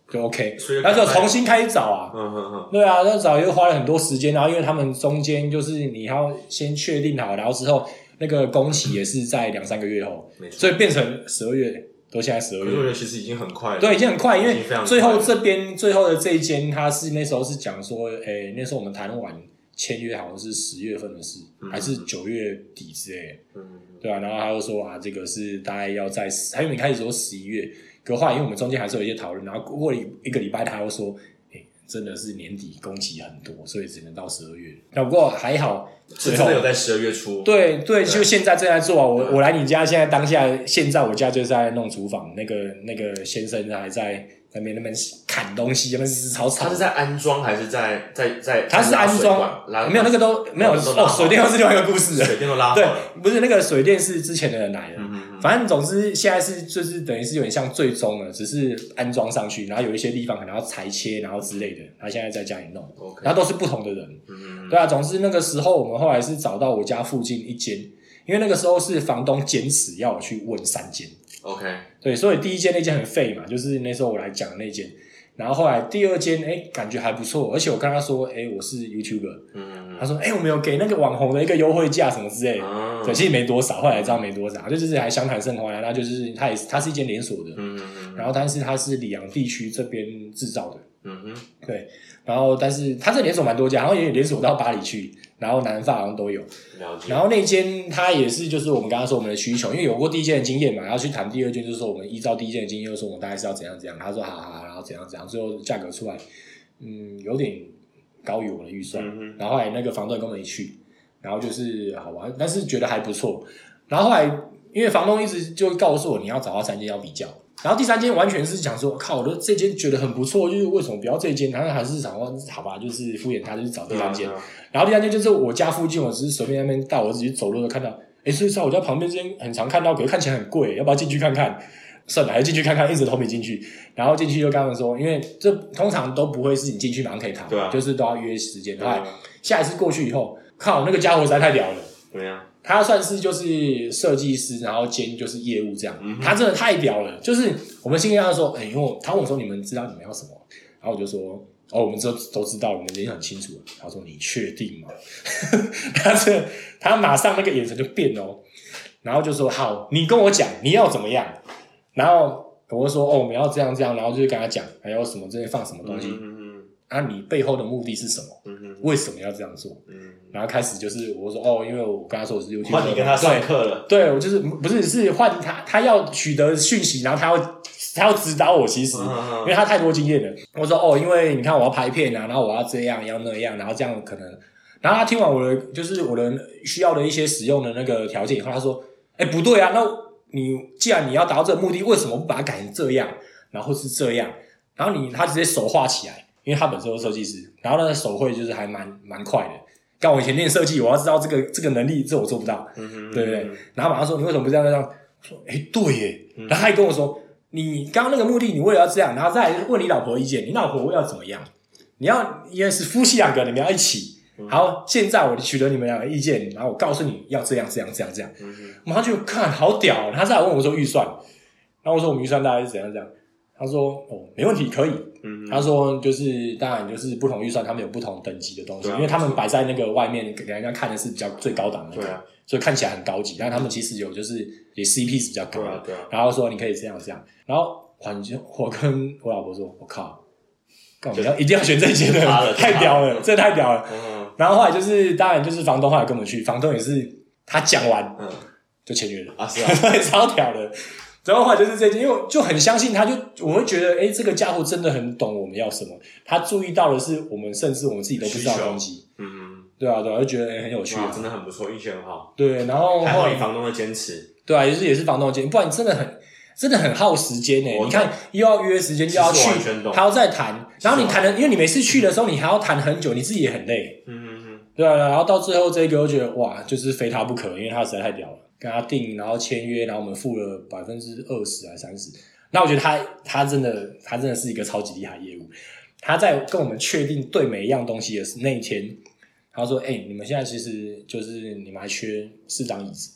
就 OK， 所以那就重新开始找啊。 嗯嗯嗯， 对啊，那找又花了很多时间，然后因为他们中间就是你要先确定好，然后之后那个工期也是在两三个月后，所以变成十二月，都现在十二月。 可是我觉得其实已经很快了， 对，已经很快，因为最后这边最最后的这一间，他是那时候是讲说，诶，那时候我们谈完签约好像是十月份的事，嗯、还是九月底之类的，嗯，对啊，然后他就说啊，这个是大概要在，他原本开始说十一月。可后来因为我们中间还是有一些讨论，然后过了一个礼拜，他又说，欸，真的是年底工期很多，所以只能到十二月。那不过还好， 是真的有在十二月初。 对对，就现在正在做啊。我我来你家，现在当下现在我家就在弄厨房，那个那个先生还在那边那边砍东西，那边是吵吵。 他是在安装还是在在在？ 他是安装，没有那个都没有哦。水电又是另外一个故事了， 水电都拉好了。对，不是那个水电是之前的人来的。嗯反正总之现在是就是等于是有点像最终了，只是安装上去，然后有一些地方可能要裁切，然后之类的，他现在在家里弄， okay. 然后都是不同的人，嗯，对啊，总之那个时候我们后来是找到我家附近一间，因为那个时候是房东坚持要我去问三间 ，OK， 对，所以第一间那间很废嘛，就是那时候我来讲的那间。然后后来第二间，哎，感觉还不错，而且我跟他说，哎，我是 YouTuber， 嗯，他说，哎，我们有给那个网红的一个优惠价什么之类的，嗯、对，其实没多少，后来知道没多少，就就是还相谈甚欢，然后就是它也是它是一间连锁的，嗯嗯，然后但是它是里昂地区这边制造的，嗯哼，对，然后但是它这连锁蛮多家，然后也有连锁到巴黎去，然后南法好像都有，了解，然后那间它也是就是我们刚刚说我们的需求，因为有过第一间的经验嘛，然后去谈第二间，就是说我们依照第一间的经验，就说我们大概是要怎样怎样，他说好好好，然后怎样怎样，最后价格出来，嗯，有点高于我的预算，嗯、然后后来那个房东跟我们一去，然后就是好玩，但是觉得还不错，然后后来因为房东一直就告诉我你要找到三间要比较。然后第三间完全是讲说，靠，我的这间觉得很不错，就是为什么不要这间？他还是想说，好吧，就是敷衍他，就是找第三间。然后第三间就是我家附近，我只是随便那边带我自己走路就看到，哎，所以在我家旁边这间很常看到，可是看起来很贵，要不要进去看看？算了，还是进去看看，一直都没进去。然后进去就跟他们说，因为这通常都不会是你进去马上可以谈，对啊，就是都要约时间。后来下一次过去以后，靠，那个家伙实在太屌了， 怎么样？ 他算是就是设计师，然后兼就是业务这样，嗯、他真的太屌了。就是我们先跟他说，哎、欸，因为他问我说你们知道你们要什么，然后我就说，哦，我们都都知道，我们已经很清楚了。他说你确定吗？他这他马上那个眼神就变哦，然后就说好，你跟我讲你要怎么样，然后我就说哦我们要这样这样，然后就是跟他讲还有什么这边放什么东西。嗯嗯啊，你背后的目的是什么？嗯哼，为什么要这样做？嗯，然后开始就是我说哦，因为我跟他说我是 YouTuber， 换你跟他上课了，对， 对我就是不是是换他，他要取得讯息，然后他要他要指导我，其实、嗯、因为他太多经验了。我说哦，因为你看我要拍片啊，然后我要这样要那样，然后这样可能，然后他听完我的就是我的需要的一些使用的那个条件以后，他说，哎不对啊，那你既然你要达到这个目的，为什么不把它改成这样，然后是这样，然后你他直接手画起来。因为他本身是设计师，然后他的手绘就是还蛮蛮快的。刚我以前练设计，我要知道这个这个能力，这我做不到，嗯哼嗯哼对不对？然后马上说你为什么不这样这样？我说哎对耶，然后他还跟我说你刚刚那个目的，你为了要这样，然后再来问你老婆意见，你老婆要怎么样？你要因为是夫妻两个，你们要一起。好，现在我取得你们两个意见，然后我告诉你要这样这样这样这样。嗯哼马上就看好屌，他再来问我说预算，然后我说我们预算大概是怎样怎样。他说哦没问题可以、嗯、他说就是当然就是不同预算他们有不同等级的东西、啊、因为他们摆在那个外面给人家看的是比较最高档的那个、啊、所以看起来很高级但他们其实有就是也 C P 值比较高的、啊啊、然后说你可以这样这样然后我跟我老婆说我靠干嘛要一定要选这间的太屌了真的太屌了、嗯、然后后来就是当然就是房东后来跟我们去房东也是他讲完、嗯、就签约了啊是啊超屌的然后后来就是这件，因为就很相信他就，就我会觉得，哎，这个家伙真的很懂我们要什么。他注意到的是我们甚至我们自己都不知道的东西。嗯嗯，对啊对啊，就觉得哎很有趣啊， 真的很不错，运气很好。 对，然后还好你房东的坚持。 对啊，也是也是房东的坚持，不然真的很真的很耗时间诶。你看又要约时间，又要去，还要再谈，然后你谈了，因为你每次去的时候你还要谈很久，你自己也很累。嗯嗯嗯，对啊，然后到最后这个我觉得哇，就是非他不可，因为他实在太屌了。跟他订，然后签约，然后我们付了百分之二十还三十。那我觉得他他真的他真的是一个超级厉害的业务。他在跟我们确定对每一样东西的那一天，他说：“哎、欸，你们现在其实就是你们还缺四张椅子，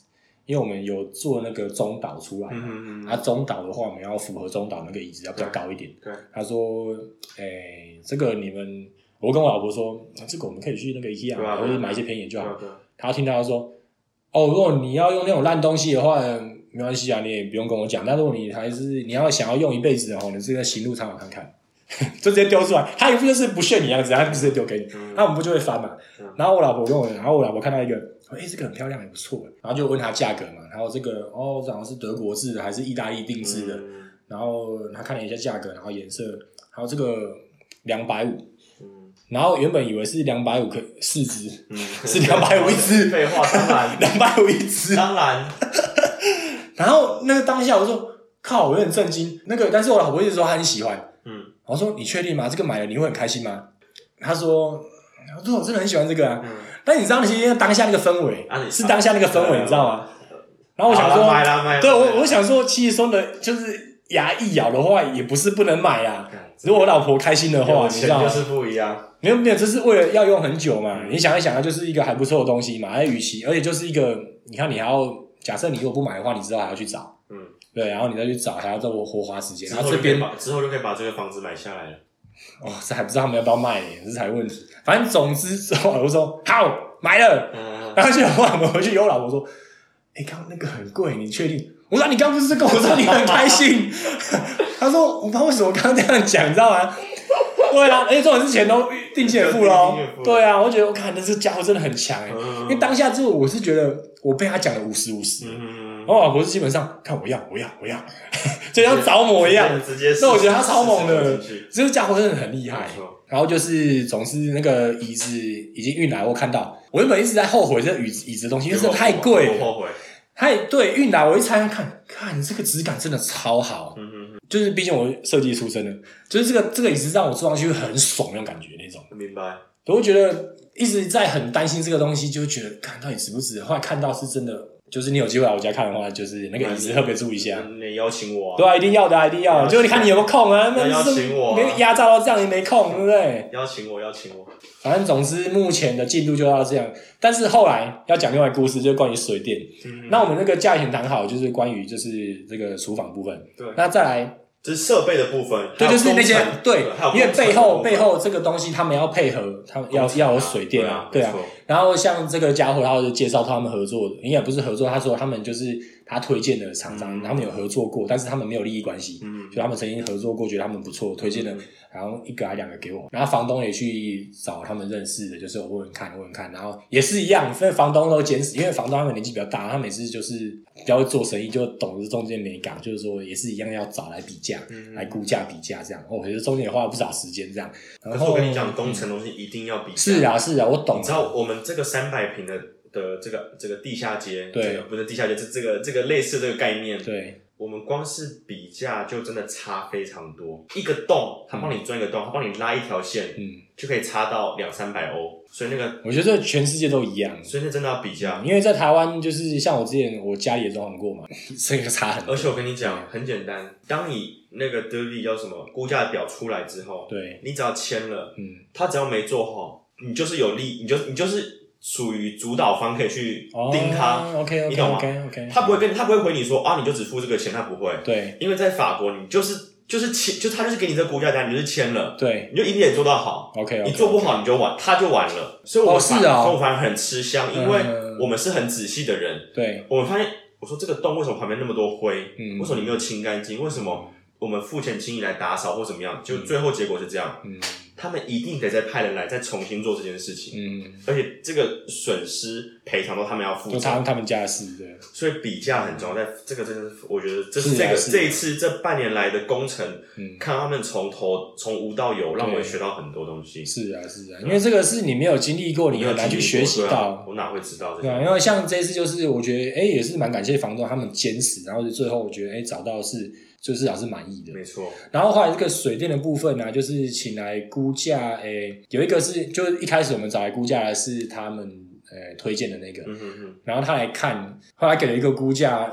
因为我们有做那个中岛出来嘛， 嗯嗯啊中岛的话我们要符合中岛那个椅子要比较高一点。 对，他说，诶、欸，这个你们，我跟我老婆说，啊、这个我们可以去那个 IKEA，、啊、或者买一些便宜就好。他听到说，哦，如果你要用那种烂东西的话，没关系啊，你也不用跟我讲。但如果你还是你要想要用一辈子的话，你这个行路参考看看。就直接丢出来，他一副就是不炫你样子，他就直接丢给你，嗯、那我们不就会翻嘛？嗯、然后我老婆跟我，然后我老婆看到一个，哎、欸，这个很漂亮，也不错，然后就问他价格嘛，然后这个哦，好像是德国制的还是意大利定制的，嗯、然后他看了一下价格，然后颜色，还有这个两百五，然后原本以为是两百五可四只，嗯、是两百五一只， 废话，当然两百五一只， 当然， 然后那个当下我说靠，我有点震惊，那个但是我老婆一直说她很喜欢。嗯，我说你确定吗？这个买了你会很开心吗？他说，他说我真的很喜欢这个啊。嗯、但你知道，其实当下那个氛围、啊、是当下那个氛围，啊、你知道吗？然后我想说， 买啦买啦对我我想说，其实说的就是牙一咬的话，也不是不能买啊。如果我老婆开心的话，你知道吗？ 就是不一样。 没有没有，这是为了要用很久嘛。嗯、你想一想，它就是一个还不错的东西嘛。而与其，而且就是一个，你看，你还要假设你如果不买的话，你之后还要去找。嗯。对，然后你再去找，还要多多花时间。然后这边之后就可以把这个房子买下来了。 哦，这还不知道他们要不要卖呢，这才问题。反正总之之后，我说好买了，嗯、然后就后来我们回去有老婆说，哎、欸，刚刚那个很贵，你确定？我说你刚不是跟我说你很开心？他说我不知道为什么刚刚这样讲，你知道吗？对啊，而且重点是钱都定金也付了哦。对啊，我觉得我看这这家伙真的很强哎、嗯，因为当下之后我是觉得我被他讲了五十五十。然后我老婆是基本上看我要我要我要，就像着魔一样。那我觉得他超猛的，这个家伙真的很厉害。然后就是总是那个椅子已经运来，我看到我原本一直在后悔这个椅子椅子的东西，因为真的太贵了。 后悔。 太对运来，我一拆看，看这个质感真的超好。嗯嗯嗯，就是毕竟我设计出身的，就是这个这个椅子让我坐上去会很爽那种感觉那种。 明白。 我会觉得一直在很担心这个东西，就觉得看到底值不值。后来看到是真的。就是你有机会来我家看的话，就是那个椅子特别注意一下。 你邀请我、啊？ 对啊，一定要的、啊，一定要的。就你看你有没有空啊？ 那邀请我、啊， 没压榨到这样也没空，对不对？ 邀请我，邀请我。 反正总之目前的进度就到这样。但是后来要讲另外故事，就是关于水电。嗯、那我们那个价钱谈好，就是关于就是这个厨房部分。 对。 那再来。 这是设备的部分， 对，就是那些对，因为背后背后这个东西，他们要配合，他们要要有水电啊，对啊。然后像这个家伙，他就介绍他们合作的，应该不是合作，他说他们就是他推荐的厂商，他们有合作过，但是他们没有利益关系，嗯，就他们曾经合作过，觉得他们不错，推荐的，然后一个还两个给我，然后房东也去找他们认识的，就是我问问看，问问看，然后也是一样，因为房东都坚持，因为房东他们年纪比较大，他每次就是比较会做生意，就懂得中间美感，就是说也是一样要找来比价，嗯、来估价比价这样。哦，其实中间也花了不少时间这样。然后可是我跟你讲，工程东西一定要比价。 是啊，是啊，我懂。 你知道我们这个三百平的的这个这个地下街， 对， 这个不是地下街，这这个这个类似这个概念， 对。 我们光是比价就真的差非常多，一个洞，他帮你钻一个洞，他帮你拉一条线，嗯，就可以差到两三百欧。所以那个， 我觉得这全世界都一样， 所以那真的要比价， 因为在台湾就是像我之前我家里也装潢过嘛，这个差很多。 而且我跟你讲，很简单，当你那个 D V 叫什么估价表出来之后， 对， 你只要签了，嗯，他只要没做好，你就是有利，你就你就是属于主导方，可以去盯他、 哦、，OK OK， 你懂吗 ？OK OK， 他不会跟他不会回你说啊，你就只付这个钱，他不会， 对， 因为在法国你就是。就是签，就他就是给你这个估价单，你就是签了， 对， 你就一定得做到好 ，OK， 你做不好你就完，他就完了。所以我们反、 哦哦、 我反而很吃香，因为我们是很仔细的人， 对， 我们发现，我说这个洞为什么旁边那么多灰？嗯，为什么你没有清干净？为什么我们付钱请你来打扫或怎么样？就最后结果是这样，嗯。他们一定得再派人来，再重新做这件事情。嗯，而且这个损失赔偿都他们要负责， 都他他们家的事，对。 所以比价很重要，在这个真的是，我觉得这是这个是、啊、这一次这半年来的工程，嗯，看他们从头从无到有，让我也学到很多东西。 是啊，是啊，因为这个是你没有经历过，你很难去学习到、 啊。我哪会知道这些？ 对啊，因为像这一次就是我觉得，哎、欸，也是蛮感谢房东他们坚持，然后最后我觉得，哎、欸，找到是。就至少是满意的， 没错。 然后后来这个水电的部分呢、啊，就是请来估价，诶，有一个是，就是一开始我们找来估价的是他们，呃，推荐的那个，嗯哼哼。然后他来看，后来给了一个估价，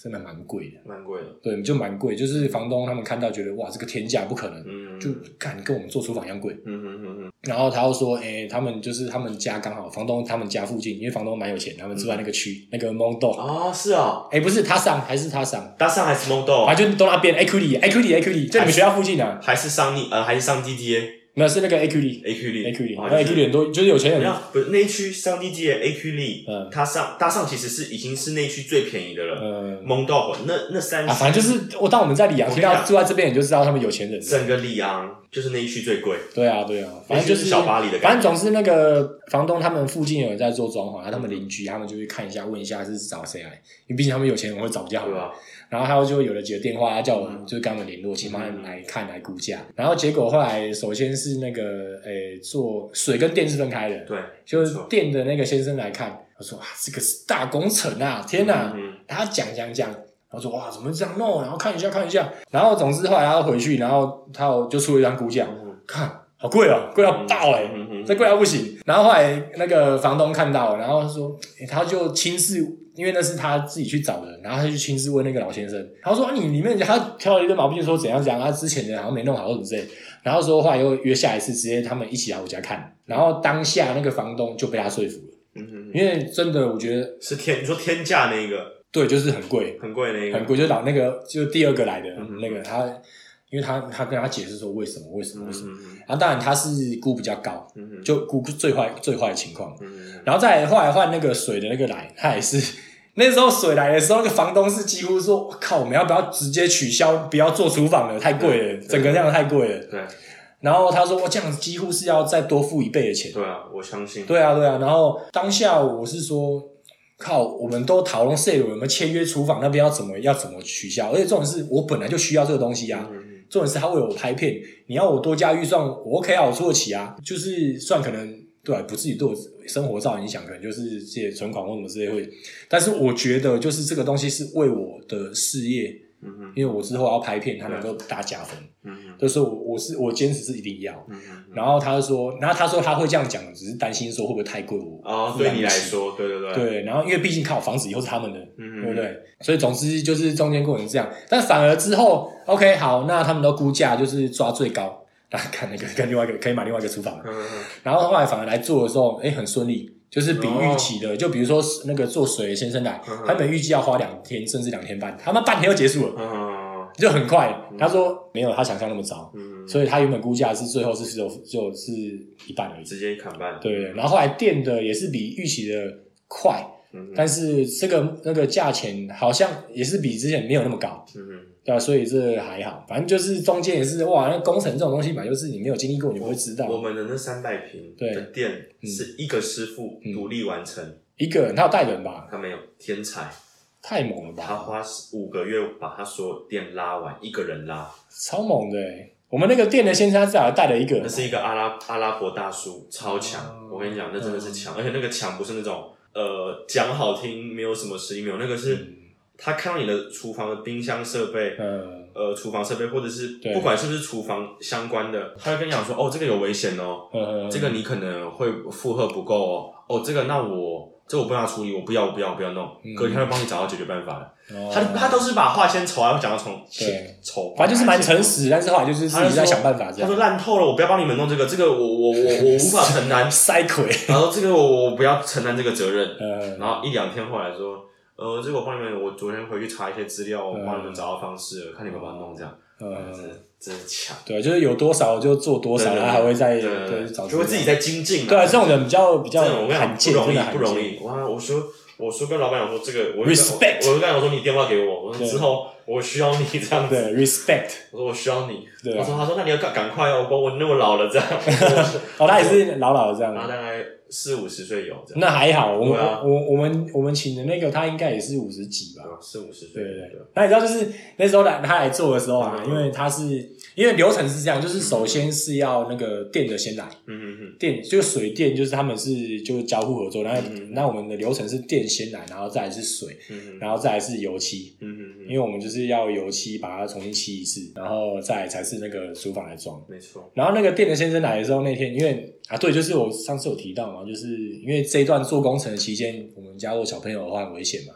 真的蛮贵的， 蛮贵的， 对，就蛮贵。就是房东他们看到觉得哇，这个天价不可能， 嗯， 就干跟我们做厨房一样贵， 嗯嗯嗯嗯。 然后他又说，诶、欸，他们就是他们家刚好房东他们家附近，因为房东蛮有钱，他们住在那个区，嗯、那个蒙豆哦，是哦， 诶、欸，不是他上还是他上， 他上还是蒙豆， 反正就都那边 A Q D A Q D A Q D， 就你们学校附近啊， 还是上你呃还是上 D D A。 没有，是那个 A Q D A Q D A Q D， 哦、 那 A Q D 很多，就是有钱人。 不是那一区上 D D A A Q D， 嗯， 他上大上其实是已经是那一区最便宜的了。嗯，蒙豆那那三啊，反正就是我当我们在里昂听到住在这边，你就知道他们有钱人。 整个里昂就是那一区最贵。对啊，对啊，反正就是小巴黎的感觉。 反正总是那个房东他们附近有人在做装潢，他们邻居他们就去看一下，问一下是找谁来，因为毕竟他们有钱人会找比较好。对啊。然后他就有了几个电话，他叫我就是跟他们联络，请他们来看来估价。然后结果后来，首先是那个诶做水跟电是分开的， 对， 就是电的那个先生来看，他说啊这个是大工程啊，天哪！嗯、他讲讲讲，然后说哇怎么这样弄？然后看一下看一下，然后总之后来他回去，然后他就出了一张估价，嗯、看好贵哦，贵到爆哎、欸，嗯嗯、这贵到不行。然后后来那个房东看到，然后说，欸、他就亲自。因为那是他自己去找的，然后他就亲自问那个老先生，他说、啊、你里面他挑了一堆毛病，说怎样怎样，他之前的好像没弄好或什么之类的，然后说后来又约下一次，直接他们一起来我家看，然后当下那个房东就被他说服了，嗯哼哼，因为真的我觉得是天，你说天价那个， 对，就是很贵， 很贵那个， 很贵，就老那个就第二个来的、嗯、那个他。因为他他跟他解释说为什么为什么为什么，然后当然他是估比较高，就估最坏最坏的情况，然后再来后来换那个水的那个来，他也是那时候水来的时候，那个房东是几乎说，我靠，我们要不要直接取消，不要做厨房了，太贵了，整个这样太贵了。 对。 然后他说，我这样子几乎是要再多付一倍的钱。 对啊，我相信。 对啊，对啊。然后当下我是说。靠，我们都讨论 sale 有没有签约厨房那边要怎么要怎么取消，而且重点是我本来就需要这个东西啊。嗯重点是他为我拍片，你要我多加预算，我 OK 啊，我出得起啊。就是算可能对、啊，不自己对我生活造成影响，可能就是这些存款或什么之类会。但是我觉得就是这个东西是为我的事业，嗯哼，因为我之后要拍片，它能够大加分。嗯哼，就是我我是我坚持是一定要。嗯哼，然后他就说，然后他说他会这样讲，只是担心说会不会太贵我。 哦，对你来说，对对对。 对，然后因为毕竟靠房子以后是他们的，嗯、对不对？所以总之就是中间过程这样，但反而之后 OK 好，那他们都估价就是抓最高，那看那个跟另外一个可以买另外一个厨房，嗯、然后后来反而来做的时候，哎，很顺利。就是比预期的，哦、就比如说那个做水先生来，嗯、他们预计要花两天甚至两天半，他们半天就结束了，嗯、就很快。嗯、他说没有他想象那么糟，嗯、所以他原本估价是最后是只有就是一半而已， 直接砍半。 对，然后后来电的也是比预期的快，嗯、但是这个那个价钱好像也是比之前没有那么高。嗯对啊，所以这还好，反正就是中间也是哇，那工程这种东西嘛，就是你没有经历过，你不会知道。 我们的那三百平的店是一个师傅独立完成，嗯、 一个人，他有带人吧？ 他没有，天才， 太猛了吧！ 他花五个月把他所有店拉完，一个人拉， 超猛的欸。我们那个店的先生他至少带了一个人， 那是一个阿拉阿拉伯大叔，超强。哦、我跟你讲，那真的是强，嗯、而且那个强不是那种呃讲好听，没有什么实力，没有那个是。嗯他看到你的厨房的冰箱设备，嗯，呃，厨房设备，或者是不管是不是厨房相关的，他会跟你讲说，哦，这个有危险哦，嗯，这个你可能会负荷不够哦，哦，这个那我这个我不要处理，我不要，我不要，我不要弄，嗯、隔天他会帮你找到解决办法的。哦、他他都是把话先筹，然后讲到从筹， 反正就是蛮诚实，但是后来就是自己在想办法这样。 他说烂透了，我不要帮你们弄这个，这个我我我我无法承担， 塞亏， 然后这个我我不要承担这个责任，嗯，然后一两天后来说。呃，这个我帮你们，我昨天回去查一些资料，我帮你们找到方式了，嗯、看你们把它弄这样，嗯，真的真的强。 对，就是有多少就做多少，然后还会再对找， 就会自己在精进。 对，这种人比较比较罕见， 不容易，不容易。哇，我说我说跟老板讲说这个，我 respect， 我就跟他讲说你电话给我，我说之后我需要你这样子。 对 ，respect。 我说我需要你。对。他说他说那你要赶赶快哦，我我那么老了这样。 哦，他也是老老的这样。 然后大概。四五十岁有这样， 那还好。我们、啊、我我们我们请的那个他应该也是五十几吧， 四五十岁。 对对对。那你知道就是那时候来他来做的时候啊，嗯、因为他是因为流程是这样，就是首先是要那个电的先来，嗯嗯嗯，电就水电就是他们是就是交互合作，然后那我们的流程是电先来，然后再来是水，嗯然后再来是油漆，嗯嗯因为我们就是要油漆把它重新漆一次，然后再来才是那个厨房来装， 没错。 然后那个电的先生来的时候那天，因为啊对，就是我上次有提到嘛。就是因为这一段做工程的期间，我们家有小朋友的话很危险嘛，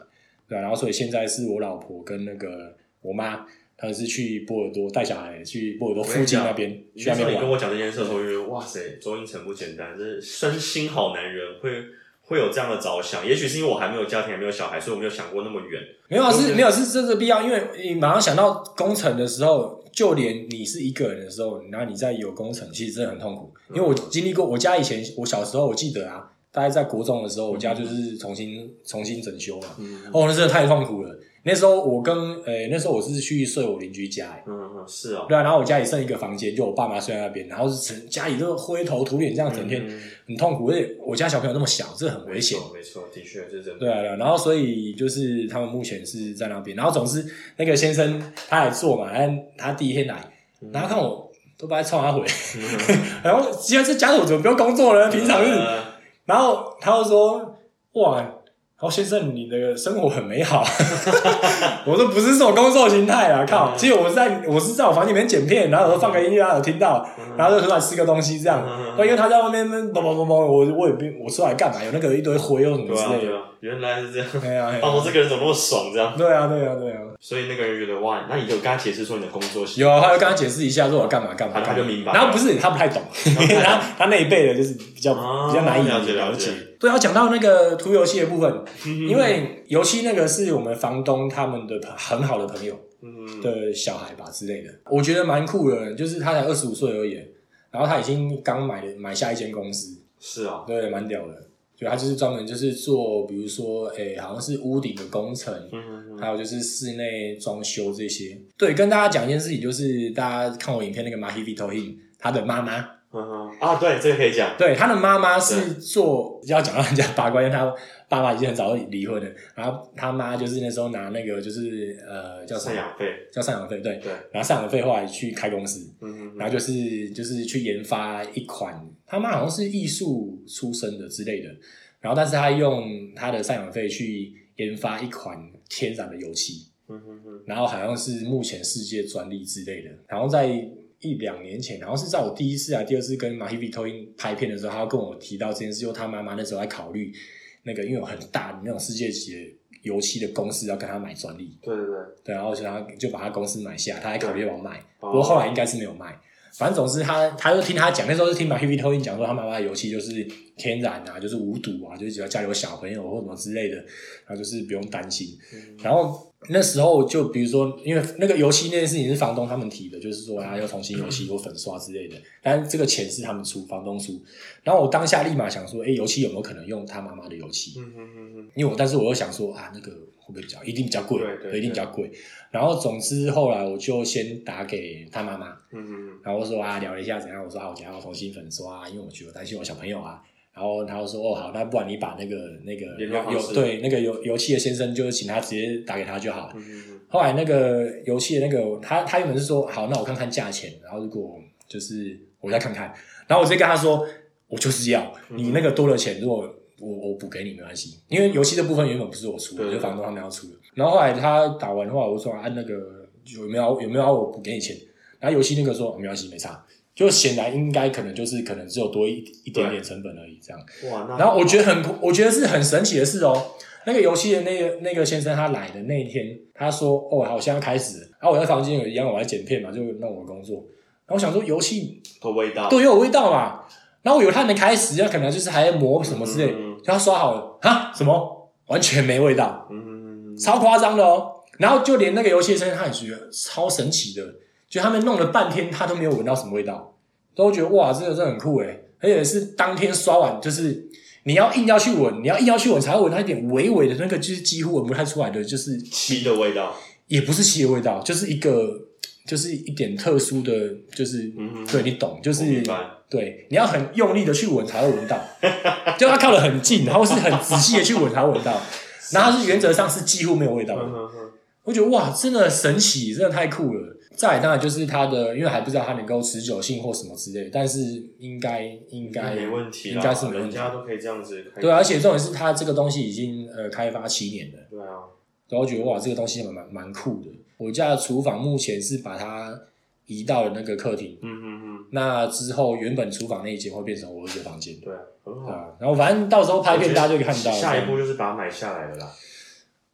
对、啊，然后所以现在是我老婆跟那个我妈，他们是去波尔多带小孩去波尔多附近那边去那边玩。 你跟我讲这件事的时候，我就觉得哇塞，周英成不简单，这身心好男人会会有这样的着想。也许是因为我还没有家庭，还没有小孩，所以我没有想过那么远。 没有啊，是没有是这个必要，因为你马上想到工程的时候，就连你是一个人的时候，然后你在有工程，其实真的很痛苦。因为我经历过，我家以前我小时候我记得啊。大概在国中的时候，我家就是重新重新整修嘛，嗯、哦，那真的太痛苦了。那时候我跟诶、欸，那时候我是去睡我邻居家、欸， 嗯嗯，是哦， 对啊，然后我家里剩一个房间，就我爸妈睡在那边，然后是家里都灰头土脸这样，整天很痛苦。而且我家小朋友那么小，这很危险， 没错，的确是真的。 对啊，对啊，然后所以就是他们目前是在那边，然后总之那个先生他来做嘛，他他第一天来，然后看我都不爱冲他回，嗯、然后既然是家属怎么不用工作呢？平常日。嗯然后他就说：“哇，好先生，你的生活很美好。”我说：“不是这种工作形态啊，靠！其实我是在我是在我房间里面剪片，然后我放个音乐，他有听到，然后就出来吃个东西这样。因为他在外面嘣嘣嘣嘣，我我也不我出来干嘛？有那个一堆灰又什么之类的。 对啊，原来是这样。 对啊， 哦，这个人怎么那么爽这样？ 对啊，对啊，对啊。 所以那个人觉得哇，那你有跟他解释说你的工作有啊，他就跟他解释一下，说我干嘛干嘛， 他就明白。 然后不是他不太懂，他他那一辈的就是比较比较难以了解。对，要讲到那个涂油漆的部分，因为油漆那个是我们房东他们的很好的朋友的小孩吧之类的，我觉得蛮酷的，就是他才二十五岁而已，然后他已经刚买买下一间公司， 是啊， 对，蛮屌的。就他就是专门就是做，比如说，诶、欸，好像是屋顶的工程，嗯嗯嗯还有就是室内装修这些。对，跟大家讲一件事情，就是大家看我影片那个 Mahivito Hin， 他的妈妈， 嗯嗯啊，对，这个可以讲。 对，他的妈妈是做，要讲到人家八卦，因为他爸爸已经很早就离婚了，然后他妈就是那时候拿那个就是呃叫什么赡养费， 叫赡养费，对对， 然后赡养费后来去开公司，嗯嗯嗯然后就是就是去研发一款。他妈好像是艺术出身的之类的，然后但是他用他的赡养费去研发一款天然的油漆，嗯哼哼然后好像是目前世界专利之类的。然后在一两年前，好像是在我第一次啊第二次跟 Mahivito Hin 拍片的时候，他跟我提到这件事，就他妈妈那时候在考虑那个因为有很大的那种世界级的油漆的公司要跟他买专利， 对对对， 对，然后就他就把他公司买下，他还考虑要卖，不过后来应该是没有卖。反正总之他他就听他讲，那时候是听 Mahivito Hin 讲说他妈妈的油漆就是天然啊，就是无毒啊，就是只要家里有小朋友或什么之类的，然后就是不用担心。嗯、然后那时候就比如说，因为那个油漆那件事情是房东他们提的，就是说啊要重新油漆或粉刷之类的，但是这个钱是他们出，房东出。然后我当下立马想说，哎，油漆有没有可能用他妈妈的油漆？嗯嗯嗯嗯。因为我但是我又想说啊，那个会不会比较一定比较贵？ 对 对, 对， 一定比较贵。然后总之后来我就先打给他妈妈，嗯嗯然后我说啊聊了一下怎样，我说啊我想要重新粉刷、啊，因为我觉得我担心我小朋友啊。然后他就说哦好，那不然你把那个那个有对那个油油漆的先生，就请他直接打给他就好了。嗯嗯后来那个油漆的那个他他原本是说好，那我看看价钱，然后如果就是我再看看，然后我直接跟他说我就是要你那个多的钱，如果我我补给你没关系，因为油漆的部分原本不是我出的，就房东他们要出的。然后后来他打完的话，我说按、啊、那个有没有有没有要我补给你钱？然后油漆那个说、哦、没关系没差，就显然应该可能就是可能只有多一一点点成本而已这样。哇，那然后我觉得很我觉得是很神奇的事哦。那个油漆的那个那个先生他来的那一天，他说哦好，现在开始了。然后我在房间有一样我在剪片嘛，就弄我的工作。然后我想说油漆有味道， 对，有味道嘛。然后我以为他还没开始，他可能就是还在磨什么之类的，嗯、就他刷好了哈，什么完全没味道，嗯、超夸张的哦。然后就连那个油漆的先生他也觉得超神奇的，就他们弄了半天他都没有闻到什么味道，都觉得哇这个真的很酷诶，而且是当天刷完，就是你要硬要去闻，你要硬要去闻才会闻到一点微微的那个就是几乎闻不太出来的就是漆的味道，也不是漆的味道，就是一个就是一点特殊的就是、嗯、对你懂就是对，你要很用力的去闻才会闻到，就要靠得很近，然后是很仔细的去闻才会闻到，然后它是原则上是几乎没有味道的。我觉得哇，真的神奇，真的太酷了。再来当然就是它的，因为还不知道它能够持久性或什么之类的，但是应该应该没问题啦， 应该是没问题， 人家都可以这样子开。 对，而且重点是它这个东西已经呃开发七年了。 对啊， 然后我觉得哇，这个东西蛮蛮蛮酷的。我家的厨房目前是把它移到了那个客厅，嗯嗯嗯。那之后原本厨房那一间会变成我儿子的房间， 对啊，很好。 啊，然后反正到时候拍片大家就可以看到。 下一步就是把它买下来了啦。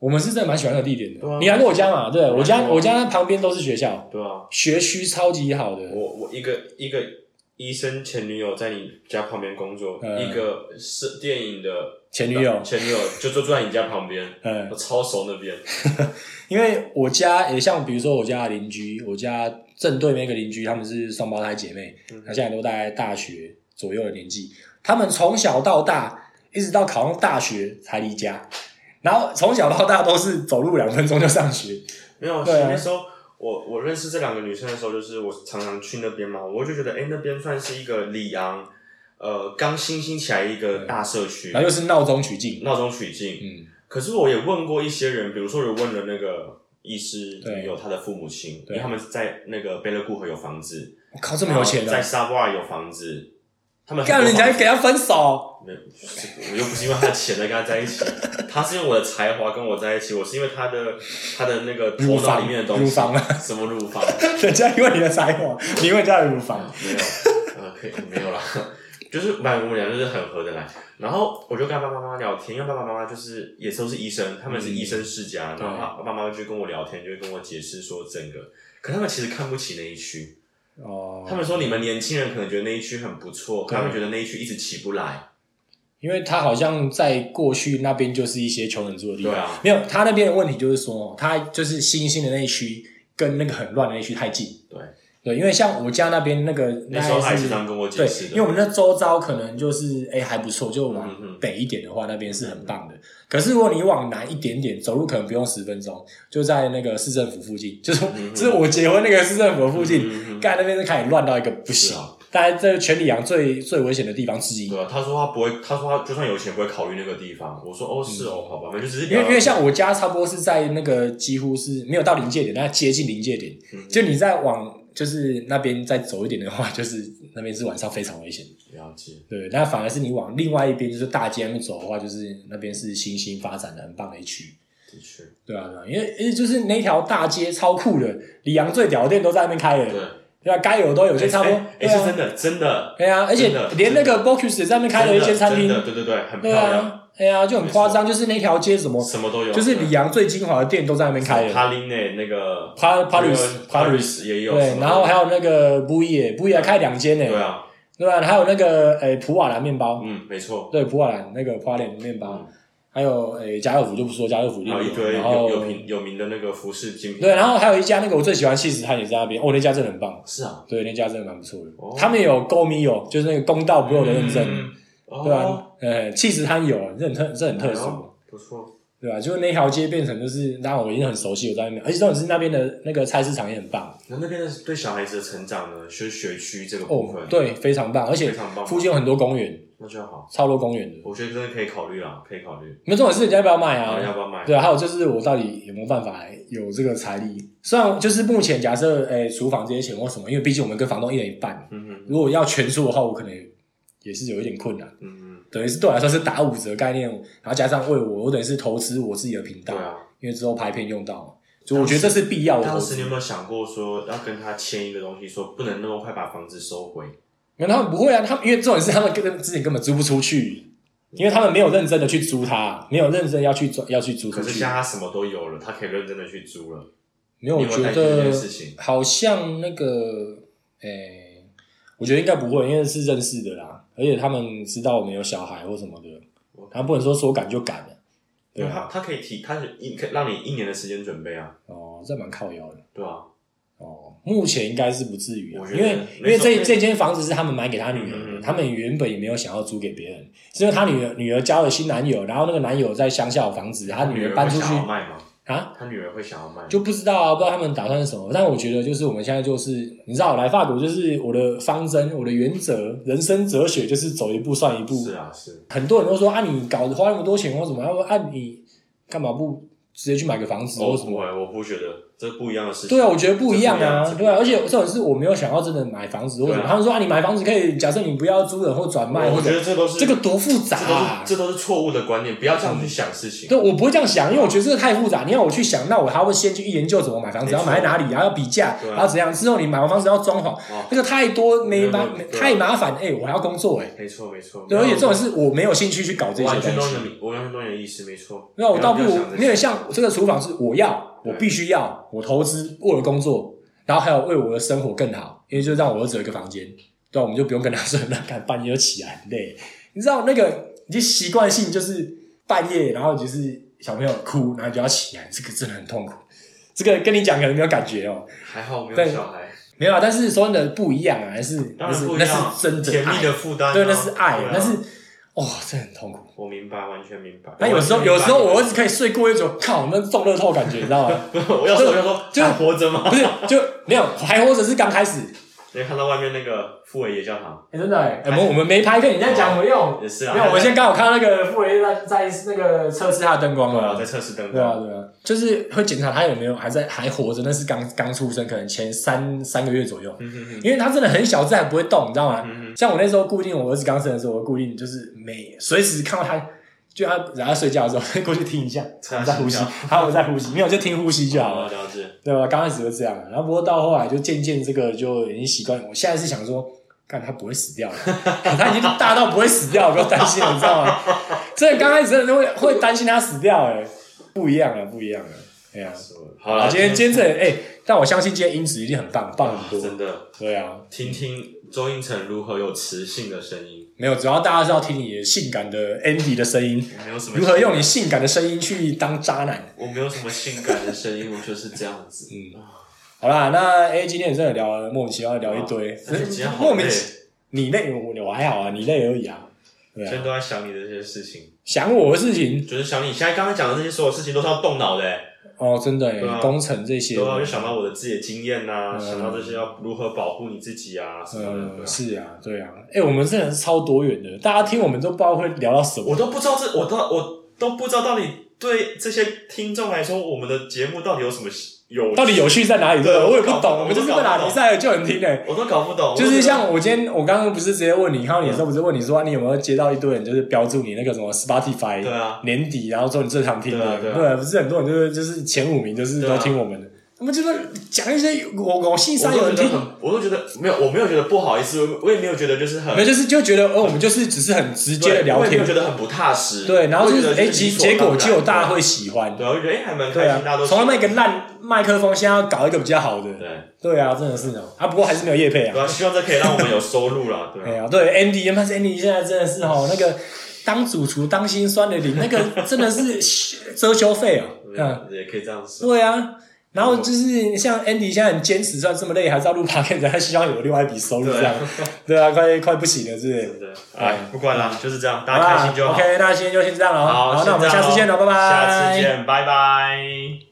我们是真的蛮喜欢那个地点的。 对啊， 你来过我家嘛？对，我家对啊我家旁边都是学校， 对啊， 学区超级好的。 我我一个一个医生前女友在你家旁边工作， 嗯、 一个是电影的前女友， 前女友就就住在你家旁边， 嗯， 我超熟那边。 因为我家也像比如说我家的邻居，我家正对面一个邻居，他们是双胞胎姐妹，她、嗯、现在都大概大学左右的年纪，他们从小到大一直到考上大学才离家。然后从小到大都是走路两分钟就上学， 没有。对、啊、那时候我我认识这两个女生的时候，就是我常常去那边嘛，我就觉得，哎，那边算是一个里昂，呃，刚新兴起来一个大社区， 然后又是闹中取静， 闹中取静。嗯。可是我也问过一些人，比如说我问了那个医师女友他的父母亲，因为他们在那个贝勒固河有房子， 我靠，这么有钱、啊， 在沙布尔有房子。他们干人家给他分手， 没有，我又不是因为他的钱才跟他在一起，他是因为我的才华跟我在一起，我是因为他的他的那个头脑里面的东西， 乳房啊， 什么乳房？ 人家因为你的才华，你因为人家的乳房， 没有，呃，可以没有啦，就是反正我们俩就是很合得来。然后我就跟他爸爸妈妈聊天，因为爸爸妈妈就是也都是医生，他们是医生世家，嗯、然后他爸爸妈妈就跟我聊天，就会跟我解释说整个，可他们其实看不起那一区。哦，他们说你们年轻人可能觉得那一区很不错，可他们觉得那一区一直起不来， 因为他好像在过去那边就是一些穷人住的地方。 对啊， 没有他那边的问题就是说，他就是新兴的那一区跟那个很乱的那一区太近。 对对，因为像我家那边那个， 那时候他也是这样跟我解释的。 对，因为我们那周遭可能就是哎、欸、还不错，就往北一点的话，那边是很棒的。可是如果你往南一点点，走路可能不用十分钟，就在那个市政府附近，就是、嗯、就是我结婚那个市政府附近，干、嗯、那边是开始乱到一个不行。大概这全里昂最最危险的地方之一。 对啊，他说他不会，他说他就算有钱不会考虑那个地方。我说哦是哦，好吧，那就只是因为因为像我家差不多是在那个几乎是没有到临界点，但接近临界点。嗯、就你再往就是那边再走一点的话，就是那边是晚上非常危险。 了解。对， 那反而是你往另外一边，就是大街那边走的话，就是那边是新兴发展的很棒的一区。 的确。对啊对啊，因为因为就是那条大街超酷的，里昂最屌的店都在那边开了。 对。 对啊，该有都有，就差不多。 哎、欸欸啊，是真的，真的。 对啊，而且连那个 Bocuse 也在那边开了一间餐厅。 对对对，很漂亮。 对啊，就很夸张，就是那条街什么什么都有， 就是里昂最精华的店都在那边开了。 帕林内那个帕帕鲁斯帕鲁斯也有。 对，然后还有那个布耶布耶开两间呢。 对啊， 对吧？还有那个诶普瓦兰面包。 嗯，没错。 对，普瓦兰那个普瓦兰面包。嗯，还有诶，家乐福就不说，家乐福有一堆然后有名有名的那个服饰精品。 对，然后还有一家那个我最喜欢气死汉也在那边，哦，那家真的很棒。 是啊， 对，那家真的蛮不错的。哦、他们有 Gomio， 就是那个公道不肉的认证，嗯哦、对吧？呃，气死汉有，这很特，这很特殊、哎， 不错， 对吧？就是那条街变成就是，让我已经很熟悉，我在那边，而且重点是那边的那个菜市场也很棒。 那那边的对小孩子的成长呢，就是学区这个部分， 哦、对，非常棒，而且附近有很多公园。 那就好， 超多公园的， 我觉得真的可以考虑啦，可以考虑。 没重点是人家要不要卖啊？ 要不要卖？ 对啊，还有就是我到底有没有办法有这个财力？虽然就是目前假设，诶、欸，厨房这些钱或什么，因为毕竟我们跟房东一人一半，嗯嗯，如果要全出的话，我可能也是有一点困难，嗯嗯，等于是对我来说是打五折概念，然后加上为我，我等于是投资我自己的频道，对啊，因为之后拍片用到，所以我觉得这是必要的。 当时你有没有想过说要跟他签一个东西，说不能那么快把房子收回？ 没有，他们不会啊，他们因为重点是他们根之前根本租不出去，因为他们没有认真的去租它，没有认真要去要去租出去。 可是现在他什么都有了，他可以认真的去租了。 没有，我觉得好像那个，诶、欸，我觉得应该不会，因为是认识的啦，而且他们知道我们有小孩或什么的，他不能说说赶就赶的。 对啊，他可以提，他是一可以让你一年的时间准备啊。 哦，这蛮靠腰的。 对啊。 哦，目前应该是不至于啊，因为因为这这间房子是他们买给他女儿的，嗯嗯，他们原本也没有想要租给别人，是因为他女儿女儿交了新男友，然后那个男友在乡下有房子，他女儿搬出去。 他女儿会想要卖吗？ 啊？ 他女儿会想要卖？ 就不知道啊，不知道他们打算是什么。但我觉得就是我们现在就是，你知道，来法国就是我的方针，我的原则，人生哲学就是走一步算一步。 是啊，是。很多人都说啊，你搞花那么多钱或什么，他说啊，你干嘛不直接去买个房子或什么？ 哦，我不觉得。 这是不一样的事情。 对啊，我觉得不一样啊， 样对啊，而且这种是我没有想要真的买房子，或者、啊、他们说啊，你买房子可以，假设你不要租人或转卖， 我觉得这都是这个多复杂啊， 这都是这都是错误的观念，不要这样去想事情。 对，我不会这样想，因为我觉得这个太复杂。你要我去想，那我还会先去研究怎么买房子，要买在哪里，然后要比价，然后怎样，之后你买完房子要装潢，那个太多没麻太麻烦，哎、欸，我还要工作哎、 欸，没错没错。 对，而且这种是我没有兴趣去搞这些东西。 完全懂你的，我完全懂你的意思，没错。 那我倒不如，因为像这个厨房是我要，我必须要，我投资为了工作，然后还有为我的生活更好，因为就让我儿子有一个房间，对，我们就不用跟他说，那看半夜就起来很累。你知道那个，你就习惯性就是半夜，然后就是小朋友哭，然后就要起来，这个真的很痛苦。这个跟你讲可能没有感觉哦， 还好没有小孩。 没有啊，但是说真的不一样啊，还是那是那是真的甜蜜的负担， 对，那是爱，那是哦，这很痛苦。 我明白，完全明白。 那有时候有时候我儿子可以睡过一宿，靠，那中乐透感觉，你知道吗？ 我要说我要说，就还活着吗？ 不是，就没有还活着是刚开始。 你看到外面那个傅维爷教堂， 哎、欸，真的哎、欸，我们我们没拍片，你在讲什么用？ 也是啊， 没有，我现在刚好看到那个傅维在在那个测试他的灯光了， 在测试灯光， 对啊对啊，就是会检查他有没有还在还活着，那是刚刚出生，可能前三三个月左右，嗯哼哼，因为他真的很小只还不会动，你知道吗？嗯、像我那时候固定我儿子刚生的时候，我固定就是每随时看到他。就他然后睡觉的时候过去听一下，他在呼吸，他有在呼吸，没有就听呼吸就好了， 了解， 对吧？刚开始就这样，然后不过到后来就渐渐这个就已经习惯。我现在是想说，看他不会死掉了，他已经大到不会死掉，不要担心了，你知道吗？真的刚开始真的会会担心他死掉，哎，不一样了，不一样了，哎呀， 好了， 今天今天这哎，但我相信今天音质一定很棒，棒很多， 真的， 对啊， 听听周英成如何有磁性的声音。 没有，主要大家是要听你性感的 Andy 的声音， 没有什么如何用你性感的声音去当渣男。 我没有什么性感的声音，我就是这样子。 嗯，好啦，那 A 今天也真的聊了莫名其妙聊一堆，莫名其你累我我还好啊，你累而已啊。对啊， 现在都在想你的这些事情， 想我的事情， 就是想你现在刚才讲的这些所有事情都是要动脑的欸。 哦，真的耶，啊、工程这些， 对啊，就想到我的自己的经验呐、啊嗯，想到这些要如何保护你自己啊什么的。 嗯，是啊，对啊，哎、欸，我们真的是超多元的，大家听我们都不知道会聊到什么， 我都不知道这，我都我都不知道到底对这些听众来说，我们的节目到底有什么有到底有趣在哪里？对，我也不懂，我们就是会打比赛就很听诶、 欸，我都搞不懂。 就是像我今天，我刚刚不是直接问你，看到你的时候不是问你说、啊、你有没有接到一堆人，就是标注你那个什么 Spotify， 对啊， 年底然后说你最常听的， 对、啊对、啊，不是很多人就是就是前五名就是都听我们的。他们就是讲一些我我信上有人听， 我都觉得没有，我没有觉得不好意思，我也没有觉得就是很， 没有就是就觉得，呃，我们就是只是很直接的聊天， 我也没有觉得很不踏实， 对，然后就是哎，结、 欸、 结果就大家会喜欢， 对，我觉得哎还蛮开心，大家都从他们一个烂麦克风，现在要搞一个比较好的， 对， 对啊，真的是哦，啊，不过还是没有业配啊， 对啊，希望这可以让我们有收入啦，对啊，对 ，Andy， 但是 Andy 现在真的是哦，那个当主厨当心酸的领，那个真的是遮羞费哦， 嗯，也可以这样说， 对啊。然后就是像 Andy 现在很坚持，虽然这么累，还是要录 podcast， 他希望有另外一笔收入这样。对啊，快快不行了，是不是？ 真的，哎，不管了，就是这样，大家开心就好。 OK， 那今天就先这样了。 好， 那我们下次见了，拜拜。 下次见，拜拜。